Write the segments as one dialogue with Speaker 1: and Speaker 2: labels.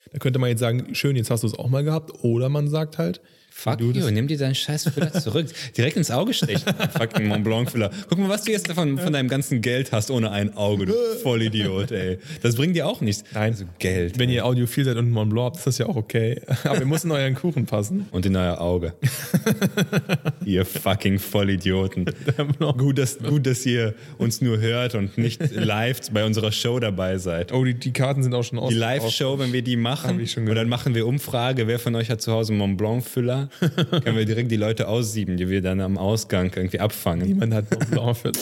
Speaker 1: Da könnte man jetzt sagen, schön, jetzt hast du es auch mal gehabt. Oder man sagt halt,
Speaker 2: Fuck you, nimm dir deinen scheiß Füller zurück. Direkt ins Auge stechen. Fucking Mont Blanc Füller. Guck mal, was du jetzt von deinem ganzen Geld hast ohne ein Auge, du Vollidiot, ey. Das bringt dir auch nichts.
Speaker 1: Nein,
Speaker 2: also Geld.
Speaker 1: Wenn ihr audiophil seid und einen Mont Blanc habt, ist das ja auch okay. Aber ihr müsst in euren Kuchen passen.
Speaker 2: Und in euer Auge. Ihr fucking Vollidioten. Gut, dass ihr uns nur hört und nicht live bei unserer Show dabei seid.
Speaker 1: Oh, die Karten sind auch schon aus.
Speaker 2: Die Live-Show, wenn wir die machen, und dann machen wir Umfrage, wer von euch hat zu Hause einen Mont Blanc Füller, können wir direkt die Leute aussieben, die wir dann am Ausgang irgendwie abfangen.
Speaker 1: Niemand hat Mont Blanc Füller.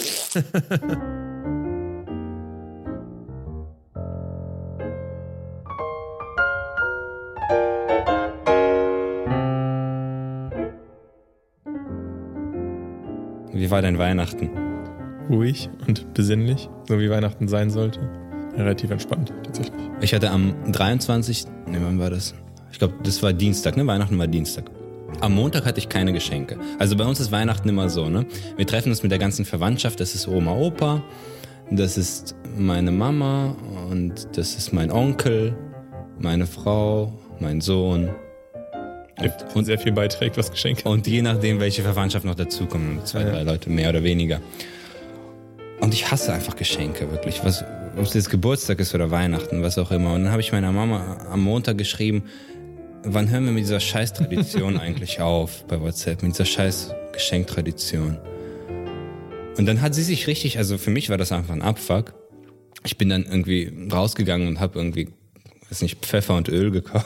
Speaker 2: Wie war dein Weihnachten?
Speaker 1: Ruhig und besinnlich, so wie Weihnachten sein sollte. Relativ entspannt, tatsächlich.
Speaker 2: Ich hatte am 23. Wann war das? Ich glaube, das war Dienstag, ne? Weihnachten war Dienstag. Am Montag hatte ich keine Geschenke. Also bei uns ist Weihnachten immer so, ne? Wir treffen uns mit der ganzen Verwandtschaft. Das ist Oma, Opa, das ist meine Mama und das ist mein Onkel, meine Frau, mein Sohn.
Speaker 1: Und sehr viel beiträgt, was Geschenke.
Speaker 2: Und je nachdem, welche Verwandtschaft noch dazukommen, 2, 3 Leute, mehr oder weniger. Und ich hasse einfach Geschenke, wirklich. Ob es jetzt Geburtstag ist oder Weihnachten, was auch immer. Und dann habe ich meiner Mama am Montag geschrieben, wann hören wir mit dieser Scheiß-Tradition eigentlich auf bei WhatsApp, mit dieser Scheiß-Geschenktradition. Und dann hat sie sich richtig, also für mich war das einfach ein Abfuck. Ich bin dann irgendwie rausgegangen und habe irgendwie, weiß nicht, Pfeffer und Öl gekauft.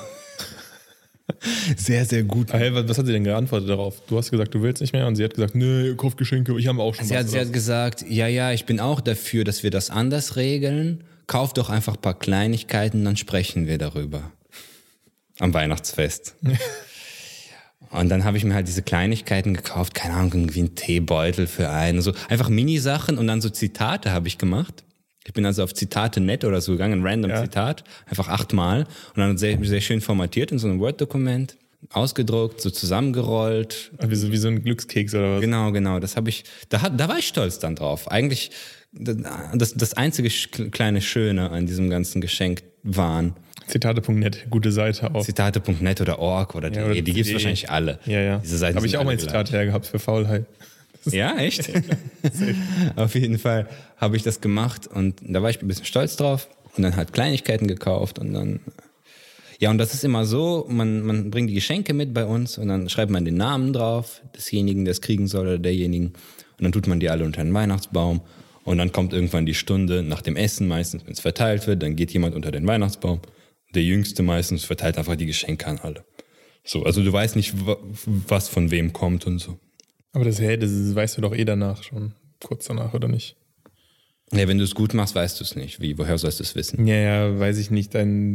Speaker 2: Sehr, sehr gut.
Speaker 1: Hey, was hat sie denn geantwortet darauf? Du hast gesagt, du willst nicht mehr und sie hat gesagt, nee, kauf Geschenke, ich habe auch schon
Speaker 2: was. Sie hat gesagt, ja, ich bin auch dafür, dass wir das anders regeln. Kauf doch einfach ein paar Kleinigkeiten, dann sprechen wir darüber. Am Weihnachtsfest. Und dann habe ich mir halt diese Kleinigkeiten gekauft, keine Ahnung, irgendwie einen Teebeutel für einen, so einfach Mini-Sachen und dann so Zitate habe ich gemacht. Ich bin also auf Zitate.net oder so gegangen, ein random Zitat, einfach 8-mal und dann sehr, sehr schön formatiert in so einem Word-Dokument, ausgedruckt, so zusammengerollt.
Speaker 1: Wie so ein Glückskeks oder was?
Speaker 2: Genau, das habe ich, da war ich stolz dann drauf. Eigentlich das einzige kleine Schöne an diesem ganzen Geschenkwahn.
Speaker 1: Zitate.net, gute Seite auch.
Speaker 2: Zitate.net oder org oder die gibt es wahrscheinlich alle.
Speaker 1: Ja.
Speaker 2: Diese Seiten
Speaker 1: habe ich auch mal ein Zitat hergehabt für Faulheit.
Speaker 2: Ja, echt? Auf jeden Fall habe ich das gemacht und da war ich ein bisschen stolz drauf und dann halt Kleinigkeiten gekauft und dann, ja, und das ist immer so, man bringt die Geschenke mit bei uns und dann schreibt man den Namen drauf, desjenigen, der es kriegen soll oder derjenigen und dann tut man die alle unter den Weihnachtsbaum und dann kommt irgendwann die Stunde nach dem Essen meistens, wenn es verteilt wird, dann geht jemand unter den Weihnachtsbaum, der Jüngste meistens verteilt einfach die Geschenke an alle. So, also du weißt nicht, was von wem kommt und so.
Speaker 1: Aber das weißt du doch eh danach schon, kurz danach, oder nicht?
Speaker 2: Ja, wenn du es gut machst, weißt du es nicht. Woher sollst du es wissen?
Speaker 1: Ja, weiß ich nicht. Deine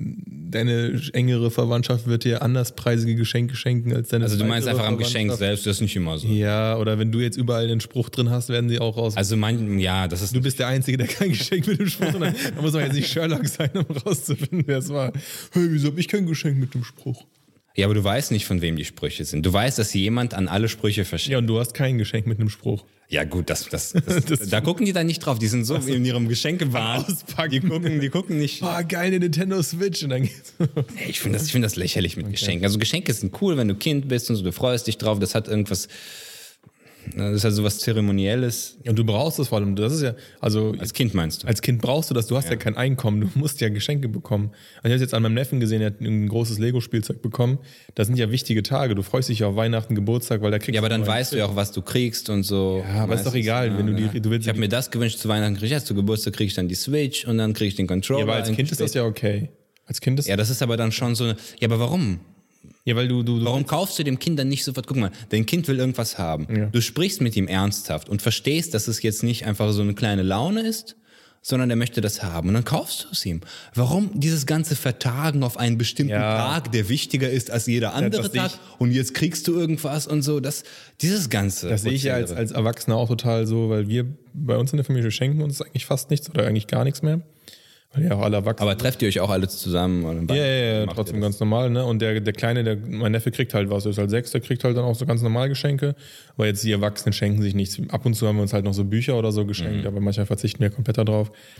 Speaker 1: engere Verwandtschaft wird dir anderspreisige Geschenke schenken als deine.
Speaker 2: Also du meinst einfach am Geschenk selbst, das ist nicht immer so.
Speaker 1: Ja, oder wenn du jetzt überall den Spruch drin hast, werden sie auch raus.
Speaker 2: Also das ist...
Speaker 1: Du bist der Einzige, der kein Geschenk mit dem Spruch hat. Da muss man jetzt nicht Sherlock sein, um rauszufinden, wer es war. Hey, wieso hab ich kein Geschenk mit dem Spruch?
Speaker 2: Ja, aber du weißt nicht, von wem die Sprüche sind. Du weißt, dass jemand an alle Sprüche verschenkt.
Speaker 1: Ja, und du hast kein Geschenk mit einem Spruch.
Speaker 2: Ja gut, da gucken die dann nicht drauf. Die sind so in ihrem Geschenkewahn. Die gucken nicht.
Speaker 1: Oh, geile Nintendo Switch. Und dann geht's.
Speaker 2: Ich finde das lächerlich mit Geschenken. Also Geschenke sind cool, wenn du Kind bist und so, du freust dich drauf. Das hat irgendwas... Das ist ja sowas Zeremonielles.
Speaker 1: Und du brauchst das vor allem. Das ist ja, also.
Speaker 2: Als Kind meinst du?
Speaker 1: Als Kind brauchst du das. Du hast ja kein Einkommen. Du musst ja Geschenke bekommen. Also ich habe es jetzt an meinem Neffen gesehen, der hat ein großes Lego-Spielzeug bekommen. Das sind ja wichtige Tage. Du freust dich ja auf Weihnachten, Geburtstag, weil da kriegst du.
Speaker 2: Ja, aber dann weißt du ja auch, was du kriegst und so.
Speaker 1: Ja, aber ist doch egal, wenn du willst.
Speaker 2: Ich habe mir das gewünscht zu Weihnachten, krieg ich das, zu Geburtstag krieg ich dann die Switch und dann krieg ich den Controller.
Speaker 1: Ja, aber als Kind ist das ja okay.
Speaker 2: Ja, das ist aber dann schon so eine. Ja, aber warum?
Speaker 1: Ja, weil
Speaker 2: Warum kaufst du dem Kind dann nicht sofort? Guck mal, dein Kind will irgendwas haben. Ja. Du sprichst mit ihm ernsthaft und verstehst, dass es jetzt nicht einfach so eine kleine Laune ist, sondern er möchte das haben. Und dann kaufst du es ihm. Warum dieses ganze Vertagen auf einen bestimmten Tag, der wichtiger ist als jeder andere Tag und jetzt kriegst du irgendwas und so. Dieses Ganze.
Speaker 1: Das sehe ich ja als Erwachsener auch total so, weil wir bei uns in der Familie schenken uns eigentlich fast nichts oder eigentlich gar nichts mehr. Weil ja auch alle erwachsen.
Speaker 2: Aber trefft ihr euch auch alle zusammen?
Speaker 1: Ja, trotzdem ganz normal, ne? Und der Kleine, mein Neffe kriegt halt was, der ist halt 6, der kriegt halt dann auch so ganz normal Geschenke. Aber jetzt die Erwachsenen schenken sich nichts. Ab und zu haben wir uns halt noch so Bücher oder so geschenkt, aber manchmal verzichten wir komplett darauf.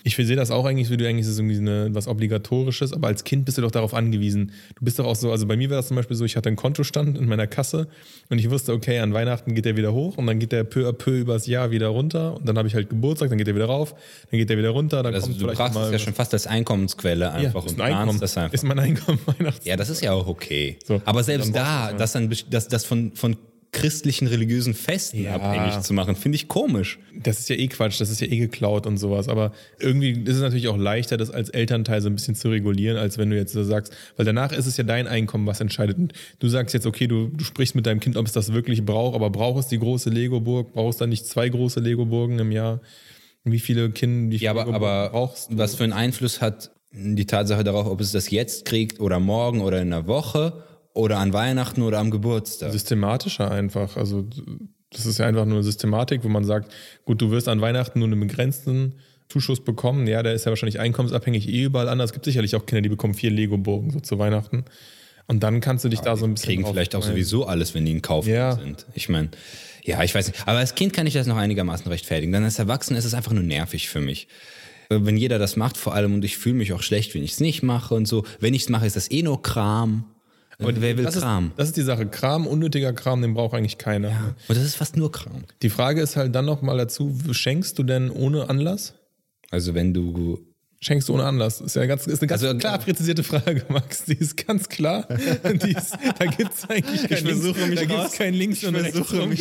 Speaker 1: Ich sehe das auch eigentlich, eigentlich ist es irgendwie was Obligatorisches, aber als Kind bist du doch darauf angewiesen. Du bist doch auch so, also bei mir war das zum Beispiel so, ich hatte einen Kontostand in meiner Kasse und ich wusste, okay, an Weihnachten geht der wieder hoch und dann geht der peu à peu übers Jahr wieder runter und dann habe ich halt Geburtstag, dann geht der wieder rauf, dann geht der wieder runter, dann kommt
Speaker 2: Du
Speaker 1: vielleicht
Speaker 2: brauchst es ja schon fast als Einkommensquelle einfach
Speaker 1: ist ein Einkommen,
Speaker 2: das einfach.
Speaker 1: ist mein Einkommen Weihnachten.
Speaker 2: Ja, das ist ja auch okay.
Speaker 1: So,
Speaker 2: aber selbst
Speaker 1: dann
Speaker 2: das von christlichen religiösen Festen abhängig zu machen, finde ich komisch.
Speaker 1: Das ist ja eh Quatsch, das ist ja eh geklaut und sowas. Aber irgendwie ist es natürlich auch leichter, das als Elternteil so ein bisschen zu regulieren, als wenn du jetzt so sagst, weil danach ist es ja dein Einkommen, was entscheidet. Und du sagst jetzt, okay, du sprichst mit deinem Kind, ob es das wirklich braucht, aber braucht es die große Lego-Burg? Brauchst du dann nicht 2 große Lego-Burgen im Jahr? Wie viele Kinder,
Speaker 2: aber
Speaker 1: brauchst du?
Speaker 2: Was für einen Einfluss hat die Tatsache darauf, ob es das jetzt kriegt oder morgen oder in einer Woche oder an Weihnachten oder am Geburtstag?
Speaker 1: Systematischer einfach. Also das ist ja einfach nur eine Systematik, wo man sagt, gut, du wirst an Weihnachten nur einen begrenzten Zuschuss bekommen. Ja, der ist ja wahrscheinlich einkommensabhängig überall anders. Es gibt sicherlich auch Kinder, die bekommen 4 Lego-Burgen so zu Weihnachten. Und dann kannst du dich da so ein bisschen
Speaker 2: kriegen vielleicht auch sowieso alles, wenn die in Kauf sind. Ich meine, ja, ich weiß nicht. Aber als Kind kann ich das noch einigermaßen rechtfertigen. Dann als Erwachsener ist es einfach nur nervig für mich. Wenn jeder das macht vor allem und ich fühle mich auch schlecht, wenn ich es nicht mache und so. Wenn ich es mache, ist das eh nur Kram. Aber wer will Kram?
Speaker 1: Das ist die Sache. Kram, unnötiger Kram, den braucht eigentlich keiner.
Speaker 2: Ja, und das ist fast nur Kram.
Speaker 1: Die Frage ist halt dann noch mal dazu, schenkst du denn ohne Anlass?
Speaker 2: Also wenn du...
Speaker 1: Schenkst du ohne Anlass? Ist eine ganz klar präzisierte Frage, Max. Die ist ganz klar. Da gibt es eigentlich kein Links und Rechts.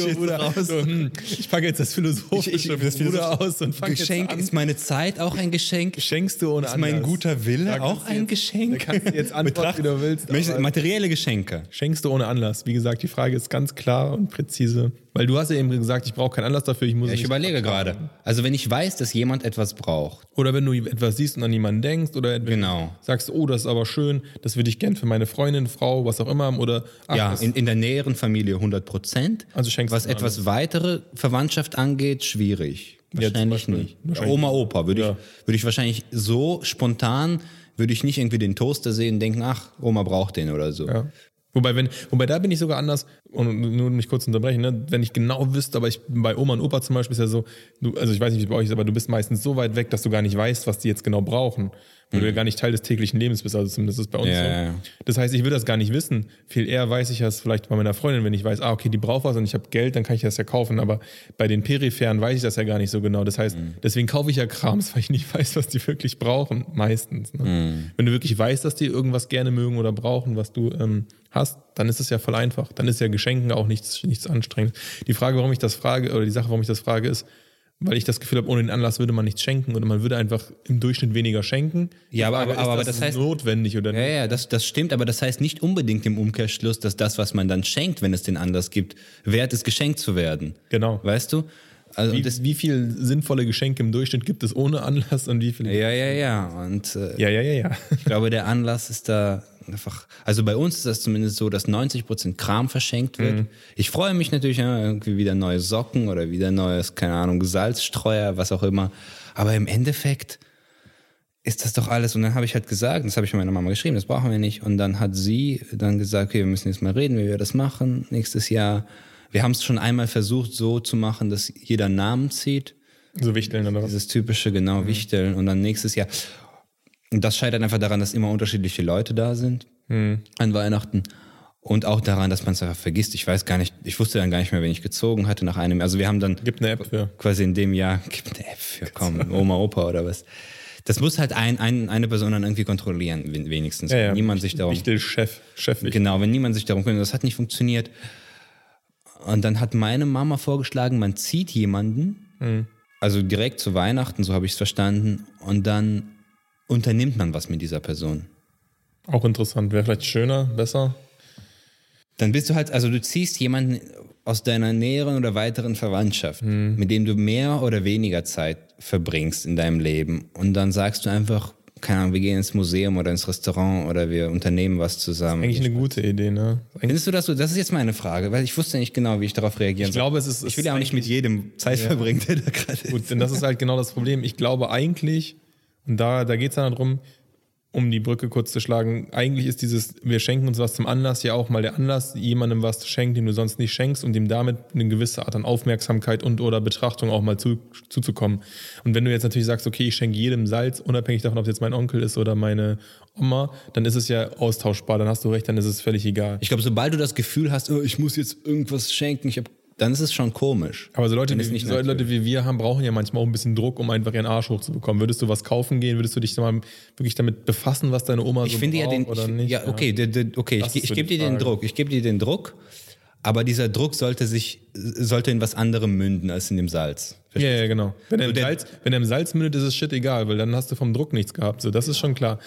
Speaker 1: Ich packe jetzt das philosophische Bruder aus und fange jetzt an.
Speaker 2: Ist meine Zeit auch ein Geschenk?
Speaker 1: Schenkst du ohne Anlass?
Speaker 2: Ist mein guter Wille auch ein Geschenk?
Speaker 1: Da kannst du jetzt antworten, wie du willst.
Speaker 2: Materielle Geschenke.
Speaker 1: Schenkst du ohne Anlass? Wie gesagt, die Frage ist ganz klar und präzise. Weil du hast ja eben gesagt, ich brauche keinen Anlass dafür,
Speaker 2: ich überlege gerade. Also wenn ich weiß, dass jemand etwas braucht.
Speaker 1: Oder wenn du etwas siehst und an jemanden denkst oder sagst, oh, das ist aber schön, das würde ich gern für meine Freundin, Frau, was auch immer. Oder
Speaker 2: in der näheren Familie 100%.
Speaker 1: Also schenkst du
Speaker 2: was etwas weitere Verwandtschaft angeht, schwierig. Wahrscheinlich nicht. Oma, Opa würde ich wahrscheinlich so spontan, würde ich nicht irgendwie den Toaster sehen und denken, ach, Oma braucht den oder so.
Speaker 1: Ja. Wobei da bin ich sogar anders, und nur mich kurz unterbrechen, ne? Wenn ich genau wüsste, aber bei Oma und Opa zum Beispiel ist ja so, also ich weiß nicht, wie es bei euch ist, aber du bist meistens so weit weg, dass du gar nicht weißt, was die jetzt genau brauchen. Weil du ja gar nicht Teil des täglichen Lebens bist, also zumindest ist es bei uns so. Ja. Das heißt, ich will das gar nicht wissen. Viel eher weiß ich das vielleicht bei meiner Freundin, wenn ich weiß, okay, die braucht was und ich habe Geld, dann kann ich das ja kaufen. Aber bei den Peripheren weiß ich das ja gar nicht so genau. Das heißt, deswegen kaufe ich ja Krams, weil ich nicht weiß, was die wirklich brauchen, meistens. Ne? Wenn du wirklich weißt, dass die irgendwas gerne mögen oder brauchen, was du hast, dann ist es ja voll einfach. Dann ist ja Geschenken auch nichts Anstrengendes. Die Frage, warum ich das frage, oder die Sache, warum ich das frage, ist, weil ich das Gefühl habe, ohne den Anlass würde man nichts schenken oder man würde einfach im Durchschnitt weniger schenken.
Speaker 2: Ja, aber das heißt
Speaker 1: notwendig oder nicht?
Speaker 2: Ja, das stimmt, aber das heißt nicht unbedingt im Umkehrschluss, dass das, was man dann schenkt, wenn es den Anlass gibt, wert ist, geschenkt zu werden.
Speaker 1: Genau.
Speaker 2: Weißt du?
Speaker 1: Also wie viel sinnvolle Geschenke im Durchschnitt gibt es ohne Anlass und wie viel?
Speaker 2: Ja. Und
Speaker 1: ja.
Speaker 2: Ich glaube, der Anlass ist da einfach, also bei uns ist das zumindest so, dass 90% Kram verschenkt wird. Ich freue mich natürlich, irgendwie wieder neue Socken oder wieder neues, keine Ahnung, Salzstreuer, was auch immer. Aber im Endeffekt ist das doch alles. Und dann habe ich halt gesagt, das habe ich meiner Mama geschrieben, das brauchen wir nicht. Und dann hat sie dann gesagt, okay, wir müssen jetzt mal reden, wie wir das machen nächstes Jahr. Wir haben es schon einmal versucht, so zu machen, dass jeder einen Namen zieht.
Speaker 1: So wichteln oder was?
Speaker 2: Dieses typische, wichteln. Und dann nächstes Jahr. Und das scheitert einfach daran, dass immer unterschiedliche Leute da sind an Weihnachten. Und auch daran, dass man es einfach vergisst. Ich weiß gar nicht, ich wusste dann gar nicht mehr, wen ich gezogen hatte nach einem. Also wir haben dann...
Speaker 1: Gibt eine App für.
Speaker 2: Quasi in dem Jahr, gibt eine App für, komm, Oma, Opa oder was. Das muss halt eine Person dann irgendwie kontrollieren, wenigstens.
Speaker 1: Ja.
Speaker 2: Niemand sich darum...
Speaker 1: Chef.
Speaker 2: Genau, wenn niemand sich darum kümmert. Das hat nicht funktioniert. Und dann hat meine Mama vorgeschlagen, man zieht jemanden, also direkt zu Weihnachten, so habe ich es verstanden, und dann unternimmt man was mit dieser Person.
Speaker 1: Auch interessant, wäre vielleicht schöner, besser.
Speaker 2: Dann bist du halt, also du ziehst jemanden aus deiner näheren oder weiteren Verwandtschaft, mit dem du mehr oder weniger Zeit verbringst in deinem Leben, und dann sagst du einfach, keine Ahnung, wir gehen ins Museum oder ins Restaurant oder wir unternehmen was zusammen.
Speaker 1: Eigentlich eine gute Idee, ne?
Speaker 2: Findest du das so? Das ist jetzt meine Frage, weil ich wusste nicht genau, wie ich darauf reagieren soll. Ich will ja auch nicht mit jedem Zeit verbringen, der da gerade ist.
Speaker 1: Gut, denn das ist halt genau das Problem. Ich glaube eigentlich, und da geht es dann darum, um die Brücke kurz zu schlagen, eigentlich ist wir schenken uns was zum Anlass ja auch mal der Anlass, jemandem was zu schenken, den du sonst nicht schenkst, und ihm damit eine gewisse Art an Aufmerksamkeit und oder Betrachtung auch mal zuzukommen. Und wenn du jetzt natürlich sagst, okay, ich schenke jedem Salz, unabhängig davon, ob es jetzt mein Onkel ist oder meine Oma, dann ist es ja austauschbar, dann hast du recht, dann ist es völlig egal.
Speaker 2: Ich glaube, sobald du das Gefühl hast, oh, ich muss jetzt irgendwas schenken, dann ist es schon komisch.
Speaker 1: Aber so Leute wie wir brauchen ja manchmal auch ein bisschen Druck, um einfach ihren Arsch hochzubekommen. Würdest du was kaufen gehen? Würdest du dich mal wirklich damit befassen, was deine Oma so braucht oder nicht?
Speaker 2: Ja, okay, ich gebe dir den Druck. Ich gebe dir den Druck, aber dieser Druck sollte in was anderem münden als in dem Salz.
Speaker 1: Ja, genau. Wenn er im Salz mündet, ist es shit egal, weil dann hast du vom Druck nichts gehabt. So, das ist schon klar.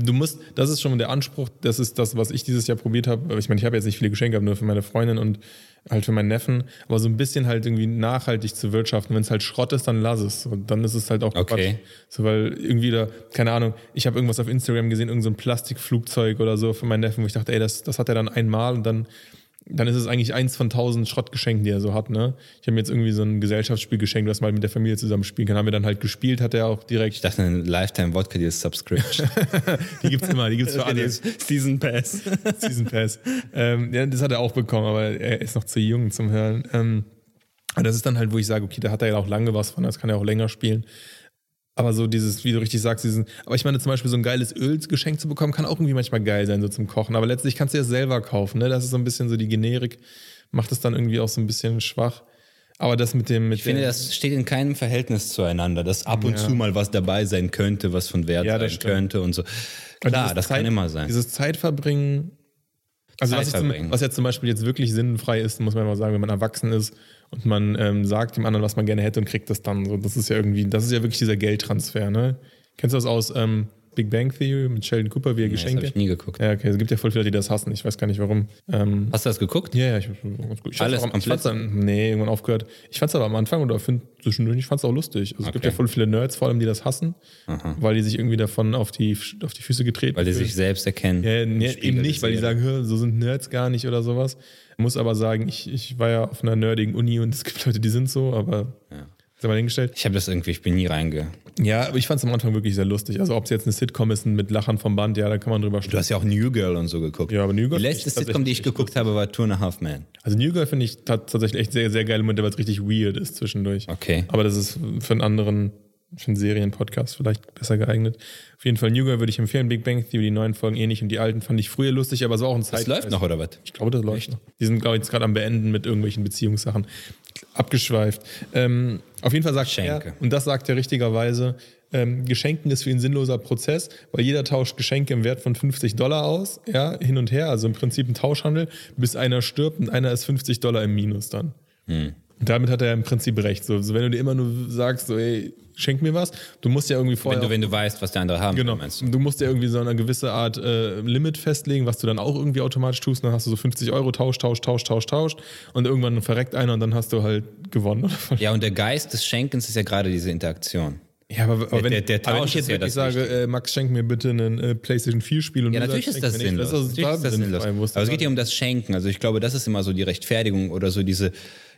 Speaker 1: Das ist schon der Anspruch, das ist das, was ich dieses Jahr probiert habe. Ich meine, ich habe jetzt nicht viele Geschenke, aber nur für meine Freundin und halt für meinen Neffen, aber so ein bisschen halt irgendwie nachhaltig zu wirtschaften. Wenn es halt Schrott ist, dann lass es. Und dann ist es halt auch Quatsch. So, weil irgendwie keine Ahnung, ich habe irgendwas auf Instagram gesehen, irgend so ein Plastikflugzeug oder so für meinen Neffen, wo ich dachte, ey, das hat er dann einmal und dann ist es eigentlich 1 von 1000 Schrottgeschenken, die er so hat, ne? Ich habe mir jetzt irgendwie so ein Gesellschaftsspiel geschenkt, was man halt mit der Familie zusammen spielen kann. Haben wir dann halt gespielt, hat er auch direkt.
Speaker 2: Ich dachte, eine Lifetime Wodka Deals Subscription.
Speaker 1: Die gibt's immer, die gibt's für alle.
Speaker 2: Season Pass.
Speaker 1: Season Pass. Ja, das hat er auch bekommen, aber er ist noch zu jung zum Hören. Aber das ist dann halt, wo ich sage, okay, da hat er ja auch lange was von, das kann er auch länger spielen. Aber so wie du richtig sagst, aber ich meine zum Beispiel so ein geiles Öl geschenkt zu bekommen, kann auch irgendwie manchmal geil sein, so zum Kochen. Aber letztlich kannst du es selber kaufen, ne? Das ist so ein bisschen so die Generik, macht es dann irgendwie auch so ein bisschen schwach. Aber das mit dem...
Speaker 2: Ich finde, das steht in keinem Verhältnis zueinander, dass ab und zu mal was dabei sein könnte, was von Wert sein könnte und so. Klar, das kann immer sein.
Speaker 1: Dieses Zeitverbringen... Also was ja zum Beispiel jetzt wirklich sinnfrei ist, muss man mal sagen, wenn man erwachsen ist und man sagt dem anderen, was man gerne hätte und kriegt das dann so. Das ist ja wirklich dieser Geldtransfer, ne? Kennst du das aus Big Bang Theory mit Sheldon Cooper, wie er Geschenke?
Speaker 2: Das habe ich nie geguckt.
Speaker 1: Ja, okay, es gibt ja voll viele, die das hassen. Ich weiß gar nicht, warum.
Speaker 2: Hast du das geguckt?
Speaker 1: Ja, ich
Speaker 2: alles komplett?
Speaker 1: Irgendwann aufgehört. Ich fand's aber am Anfang oder zwischendurch, ich fand's auch lustig. Also es gibt ja voll viele Nerds vor allem, die das hassen, weil die sich irgendwie davon auf die Füße getreten
Speaker 2: Weil die sich selbst erkennen.
Speaker 1: Ja, eben nicht, weil die sagen, so sind Nerds gar nicht oder sowas. Muss aber sagen, ich war ja auf einer nerdigen Uni und es gibt Leute, die sind so, aber sei mal hingestellt.
Speaker 2: Ich bin nie
Speaker 1: Ja, aber ich fand es am Anfang wirklich sehr lustig. Also ob es jetzt eine Sitcom ist mit Lachern vom Band, ja, da kann man drüber sprechen.
Speaker 2: Du hast ja auch New Girl und so geguckt.
Speaker 1: Ja, aber New Girl...
Speaker 2: Die letzte Sitcom, die ich geguckt habe, war 2.5 Men.
Speaker 1: Also New Girl finde ich tatsächlich echt sehr, sehr geile Momente, weil es richtig weird ist zwischendurch.
Speaker 2: Okay.
Speaker 1: Aber das ist für einen Serienpodcast vielleicht besser geeignet. Auf jeden Fall New Girl würde ich empfehlen. Big Bang Theory, die neuen Folgen ähnlich und die alten fand ich früher lustig, aber es war auch ein Zeitgeist.
Speaker 2: Das läuft noch, oder was?
Speaker 1: Ich glaube, das läuft noch. Die sind, glaube ich, jetzt gerade am Beenden mit irgendwelchen Beziehungssachen. Abgeschweift. Auf jeden Fall sagt er, und das sagt er richtigerweise, Geschenken ist für ihn ein sinnloser Prozess, weil jeder tauscht Geschenke im Wert von $50 aus, ja, hin und her, also im Prinzip ein Tauschhandel, bis einer stirbt und einer ist $50 im Minus dann. Und damit hat er im Prinzip recht. So, wenn du dir immer nur sagst, so, ey, schenk mir was, du musst ja irgendwie vorher...
Speaker 2: Wenn du weißt, was der andere haben will, meinst du?
Speaker 1: Du musst ja irgendwie so eine gewisse Art Limit festlegen, was du dann auch irgendwie automatisch tust. Dann hast du so 50 € Tausch. Und irgendwann verreckt einer und dann hast du halt gewonnen. Oder?
Speaker 2: Ja, und der Geist des Schenkens ist ja gerade diese Interaktion.
Speaker 1: Ja, aber wenn
Speaker 2: der Tausch
Speaker 1: ich jetzt wirklich sage, Max, schenk mir bitte einen PlayStation 4 Spiel. Und
Speaker 2: ja, natürlich ist das sinnlos. Aber es geht ja um das Schenken. Also ich glaube, das ist immer so die Rechtfertigung oder so diese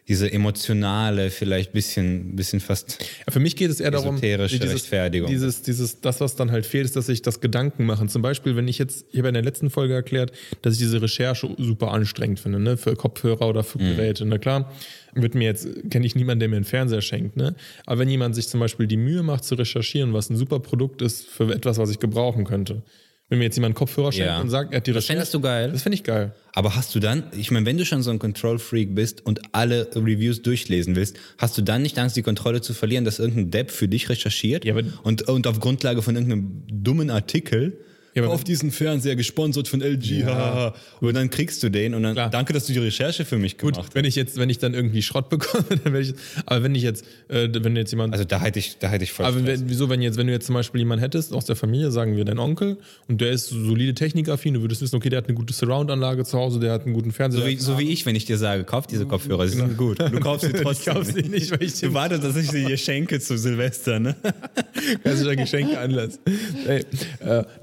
Speaker 2: emotionale, vielleicht bisschen fast
Speaker 1: für mich geht es eher darum,
Speaker 2: Rechtfertigung.
Speaker 1: Das, was dann halt fehlt, ist, dass ich das Gedanken machen. Zum Beispiel, ich habe in der letzten Folge erklärt, dass ich diese Recherche super anstrengend finde, ne, für Kopfhörer oder für Geräte. Na klar, kenne ich niemanden, der mir einen Fernseher schenkt, ne? Aber wenn jemand sich zum Beispiel die Mühe macht zu recherchieren, was ein super Produkt ist für etwas, was ich gebrauchen könnte. Wenn mir jetzt jemand einen Kopfhörer schenkt und sagt, er hat die Recherche.
Speaker 2: Das fändest du geil.
Speaker 1: Das finde ich geil.
Speaker 2: Aber hast du dann, ich meine, wenn du schon so ein Control-Freak bist und alle Reviews durchlesen willst, hast du dann nicht Angst, die Kontrolle zu verlieren, dass irgendein Depp für dich recherchiert und auf Grundlage von irgendeinem dummen Artikel auf diesen Fernseher gesponsert von LG, und dann kriegst du den und dann danke, dass du die Recherche für mich gemacht hast.
Speaker 1: Wenn ich dann irgendwie Schrott bekomme, dann werde ich, aber wenn jetzt jemand...
Speaker 2: Also da hätte ich voll
Speaker 1: Aber wenn du jetzt zum Beispiel jemanden hättest aus der Familie, sagen wir dein Onkel, und der ist solide technikaffin, du würdest wissen, okay, der hat eine gute Surround-Anlage zu Hause, der hat einen guten Fernseher.
Speaker 2: So wie ich, wenn ich dir sage, kauf diese Kopfhörer, sie sind gut. Du kaufst sie trotzdem.
Speaker 1: Ich kauf sie nicht, weil
Speaker 2: du wartest, dass ich sie dir schenke zu Silvester, ne?
Speaker 1: Klassischer Geschenkeanlass. Nee, aber wenn du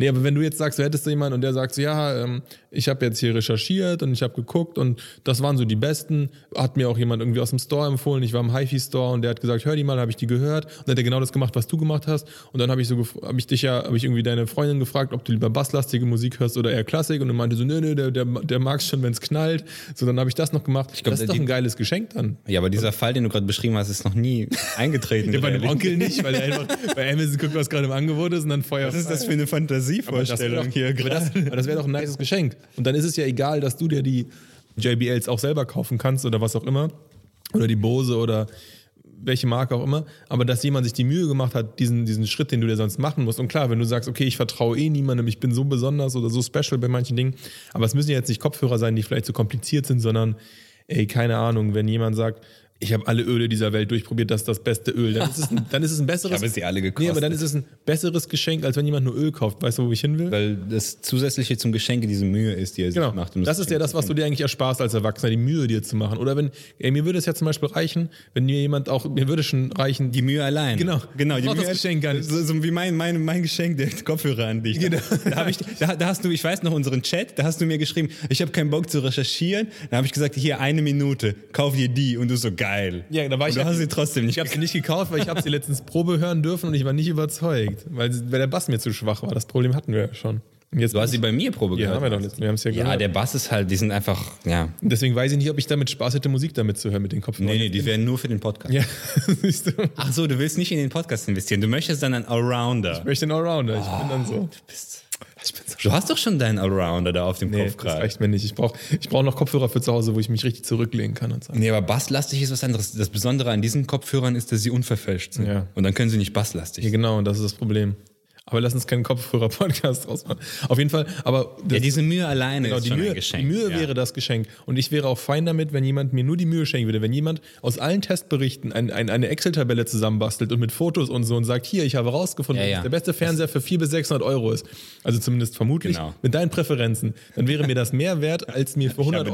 Speaker 1: jetzt sagst, du hättest jemanden und der sagt so, ja, ich habe jetzt hier recherchiert und ich habe geguckt und das waren so die besten, hat mir auch jemand irgendwie aus dem Store empfohlen, ich war im HiFi-Store und der hat gesagt, hör die mal, habe ich die gehört und dann hat er genau das gemacht, was du gemacht hast und dann habe ich irgendwie deine Freundin gefragt, ob du lieber basslastige Musik hörst oder eher Klassik und du meinte so, nö, der mag's schon, wenn es knallt, so dann habe ich das noch gemacht. Das ist doch ein geiles Geschenk dann.
Speaker 2: Ja, aber dieser Fall, den du gerade beschrieben hast, ist noch nie eingetreten.
Speaker 1: Ja, bei dem Onkel nicht, weil er einfach bei Amazon guckt, was gerade im Angebot ist und dann Feuer.
Speaker 2: Was ist das für eine Fantasievorstellung hier gerade?
Speaker 1: Aber das wäre doch ein nices Geschenk. Und dann ist es ja egal, dass du dir die JBLs auch selber kaufen kannst oder was auch immer. Oder die Bose oder welche Marke auch immer. Aber dass jemand sich die Mühe gemacht hat, diesen Schritt, den du dir sonst machen musst. Und klar, wenn du sagst, okay, ich vertraue niemandem, ich bin so besonders oder so special bei manchen Dingen. Aber es müssen ja jetzt nicht Kopfhörer sein, die vielleicht zu kompliziert sind, sondern, keine Ahnung, wenn jemand sagt, ich habe alle Öle dieser Welt durchprobiert, das ist das beste Öl. Dann ist es ein besseres.
Speaker 2: Ich habe sie alle gekostet.
Speaker 1: Nee, aber dann ist es ein besseres Geschenk, als wenn jemand nur Öl kauft. Weißt du, wo ich hin will?
Speaker 2: Weil das Zusätzliche zum Geschenk diese Mühe ist, die er sich macht.
Speaker 1: Das ist ja das, was du dir eigentlich ersparst als Erwachsener, die Mühe dir zu machen. Oder mir würde es ja zum Beispiel reichen, wenn mir würde schon reichen.
Speaker 2: Die Mühe allein.
Speaker 1: Genau.
Speaker 2: Die Mühe,
Speaker 1: das Geschenk gar nicht.
Speaker 2: So wie mein Geschenk, der Kopfhörer an dich.
Speaker 1: Genau.
Speaker 2: Da hast du, ich weiß noch, unseren Chat, da hast du mir geschrieben, ich habe keinen Bock zu recherchieren. Da habe ich gesagt, hier 1 Minute, kauf dir die und du so geil.
Speaker 1: Ja, da war
Speaker 2: du hast sie trotzdem nicht.
Speaker 1: Ich habe sie nicht gekauft, weil ich habe sie letztens Probe hören dürfen und ich war nicht überzeugt, weil der Bass mir zu schwach war. Das Problem hatten wir ja schon.
Speaker 2: Du hast sie bei mir Probe gehört.
Speaker 1: Ja, haben wir doch letztens. Wir haben es ja gehört.
Speaker 2: Ja, der Bass ist halt, die sind einfach, ja.
Speaker 1: Deswegen weiß ich nicht, ob ich damit Spaß hätte, Musik damit zu hören mit den Kopfhörern.
Speaker 2: Nee, die wären nur für den Podcast.
Speaker 1: Ja, siehst du.
Speaker 2: Ach so, du willst nicht in den Podcast investieren. Du möchtest dann einen Allrounder.
Speaker 1: Ich möchte einen Allrounder. Ich bin dann so.
Speaker 2: Du hast doch schon deinen Allrounder da auf dem Kopf gerade.
Speaker 1: Das reicht mir nicht. Ich brauch noch Kopfhörer für zu Hause, wo ich mich richtig zurücklehnen kann und so.
Speaker 2: Nee, aber basslastig ist was anderes. Das Besondere an diesen Kopfhörern ist, dass sie unverfälscht sind.
Speaker 1: Ja.
Speaker 2: Und dann können sie nicht basslastig sein.
Speaker 1: Ja, genau, und das ist das Problem. Aber lass uns keinen Kopfhörer-Podcast draus machen. Auf jeden Fall, aber...
Speaker 2: Ja, diese Mühe alleine ist schon ein Geschenk.
Speaker 1: Die Mühe wäre das Geschenk. Und ich wäre auch fein damit, wenn jemand mir nur die Mühe schenken würde. Wenn jemand aus allen Testberichten eine Excel-Tabelle zusammenbastelt und mit Fotos und so und sagt, hier, ich habe rausgefunden, dass der beste Fernseher für 400 bis 600 Euro ist. Also zumindest vermutlich mit deinen Präferenzen. Dann wäre mir das mehr wert, als mir für 100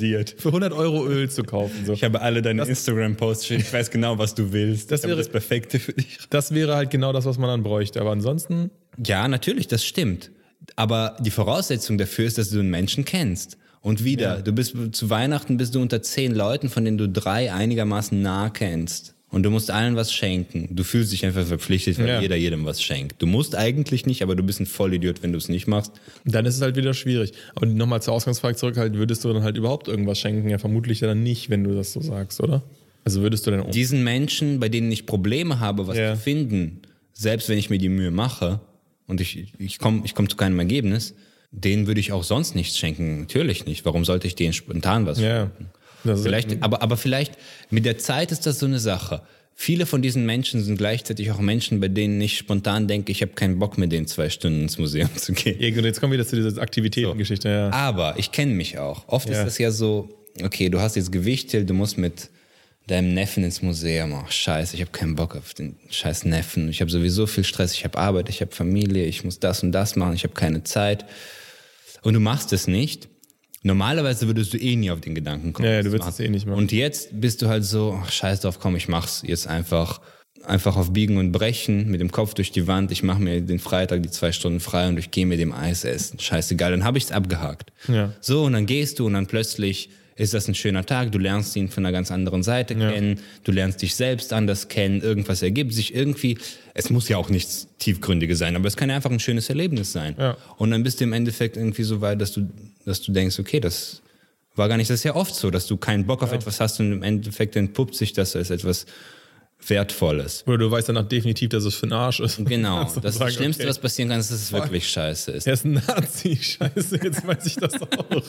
Speaker 1: Euro Öl zu kaufen. So.
Speaker 2: Ich habe alle deine Instagram-Posts. Ich weiß genau, was du willst.
Speaker 1: Das wäre
Speaker 2: das Perfekte für dich.
Speaker 1: Das wäre halt genau das, was man dann bräuchte. Aber ansonsten...
Speaker 2: Ja, natürlich, das stimmt. Aber die Voraussetzung dafür ist, dass du einen Menschen kennst. Und wieder, zu Weihnachten bist du unter 10 Leuten, von denen du 3 einigermaßen nah kennst. Und du musst allen was schenken. Du fühlst dich einfach verpflichtet, weil jeder jedem was schenkt. Du musst eigentlich nicht, aber du bist ein Vollidiot, wenn du es nicht machst.
Speaker 1: Dann ist es halt wieder schwierig. Aber nochmal zur Ausgangsfrage zurück, würdest du dann halt überhaupt irgendwas schenken? Ja, vermutlich dann nicht, wenn du das so sagst, oder? Also würdest du dann...
Speaker 2: Diesen Menschen, bei denen ich Probleme habe, was zu finden, selbst wenn ich mir die Mühe mache und ich komm zu keinem Ergebnis, denen würde ich auch sonst nichts schenken. Natürlich nicht. Warum sollte ich denen spontan was schenken? Vielleicht, aber vielleicht mit der Zeit ist das so eine Sache. Viele von diesen Menschen sind gleichzeitig auch Menschen, bei denen ich spontan denke, ich habe keinen Bock mit denen 2 Stunden ins Museum zu gehen.
Speaker 1: Ja, und jetzt kommen wir wieder zu dieser Aktivitätengeschichte. Ja.
Speaker 2: Aber ich kenne mich auch. Oft ist das ja so, okay, du hast jetzt Gewichte, du musst mit deinem Neffen ins Museum. Ach, scheiße, ich habe keinen Bock auf den scheiß Neffen. Ich habe sowieso viel Stress, ich habe Arbeit, ich habe Familie, ich muss das und das machen, ich habe keine Zeit. Und du machst es nicht. Normalerweise würdest du nie auf den Gedanken kommen.
Speaker 1: Ja, du würdest es nicht machen.
Speaker 2: Und jetzt bist du halt so, ach, scheiß drauf, komm, ich mach's jetzt einfach auf Biegen und Brechen, mit dem Kopf durch die Wand. Ich mache mir den Freitag die 2 Stunden frei und ich gehe mit dem Eis essen. Scheißegal, dann habe ich's abgehakt. Ja. So, und dann gehst du und dann plötzlich ist das ein schöner Tag, du lernst ihn von einer ganz anderen Seite kennen, du lernst dich selbst anders kennen, irgendwas ergibt sich irgendwie, es muss ja auch nichts Tiefgründiges sein, aber es kann ja einfach ein schönes Erlebnis sein. Ja. Und dann bist du im Endeffekt irgendwie so weit, dass du denkst, okay, das war gar nicht, das ist ja oft so, dass du keinen Bock auf etwas hast und im Endeffekt entpuppt sich das als etwas Wertvolles.
Speaker 1: Oder du weißt danach definitiv, dass es für ein Arsch ist.
Speaker 2: Genau, das ist das Schlimmste, was passieren kann, ist, dass es wirklich scheiße ist.
Speaker 1: Er ist ein Nazi, scheiße, jetzt weiß ich das auch.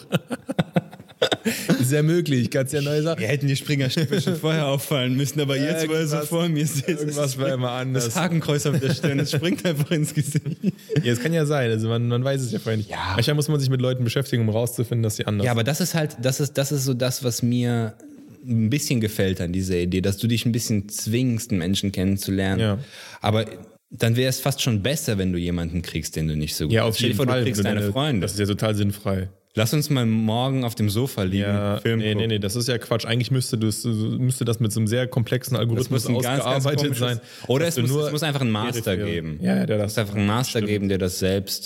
Speaker 1: Ist ja möglich, kannst ja neu sagen.
Speaker 2: Wir hätten die Springerstiefel schon vorher auffallen müssen, aber jetzt, wo er so vor mir sitzt,
Speaker 1: irgendwas war immer anders.
Speaker 2: Das Hakenkreuz auf der Stirn, das springt einfach ins Gesicht.
Speaker 1: Ja, es kann ja sein, also man weiß es ja vorher nicht. Ja. Manchmal muss man sich mit Leuten beschäftigen, um rauszufinden, dass sie anders sind.
Speaker 2: Ja, aber das ist halt, das ist so das, was mir ein bisschen gefällt an dieser Idee, dass du dich ein bisschen zwingst, einen Menschen kennenzulernen. Ja. Aber dann wäre es fast schon besser, wenn du jemanden kriegst, den du nicht so gut
Speaker 1: hast. Ja, auf jeden Fall.
Speaker 2: Du kriegst deine Freunde.
Speaker 1: Das ist ja total sinnfrei.
Speaker 2: Lass uns mal morgen auf dem Sofa liegen.
Speaker 1: Ja, Film nee, das ist ja Quatsch. Eigentlich müsste das mit so einem sehr komplexen Algorithmus ausgearbeitet
Speaker 2: ganz
Speaker 1: sein.
Speaker 2: Oder es muss einfach einen Master geben.
Speaker 1: Ja,
Speaker 2: es muss einfach einen Master geben, der das selbst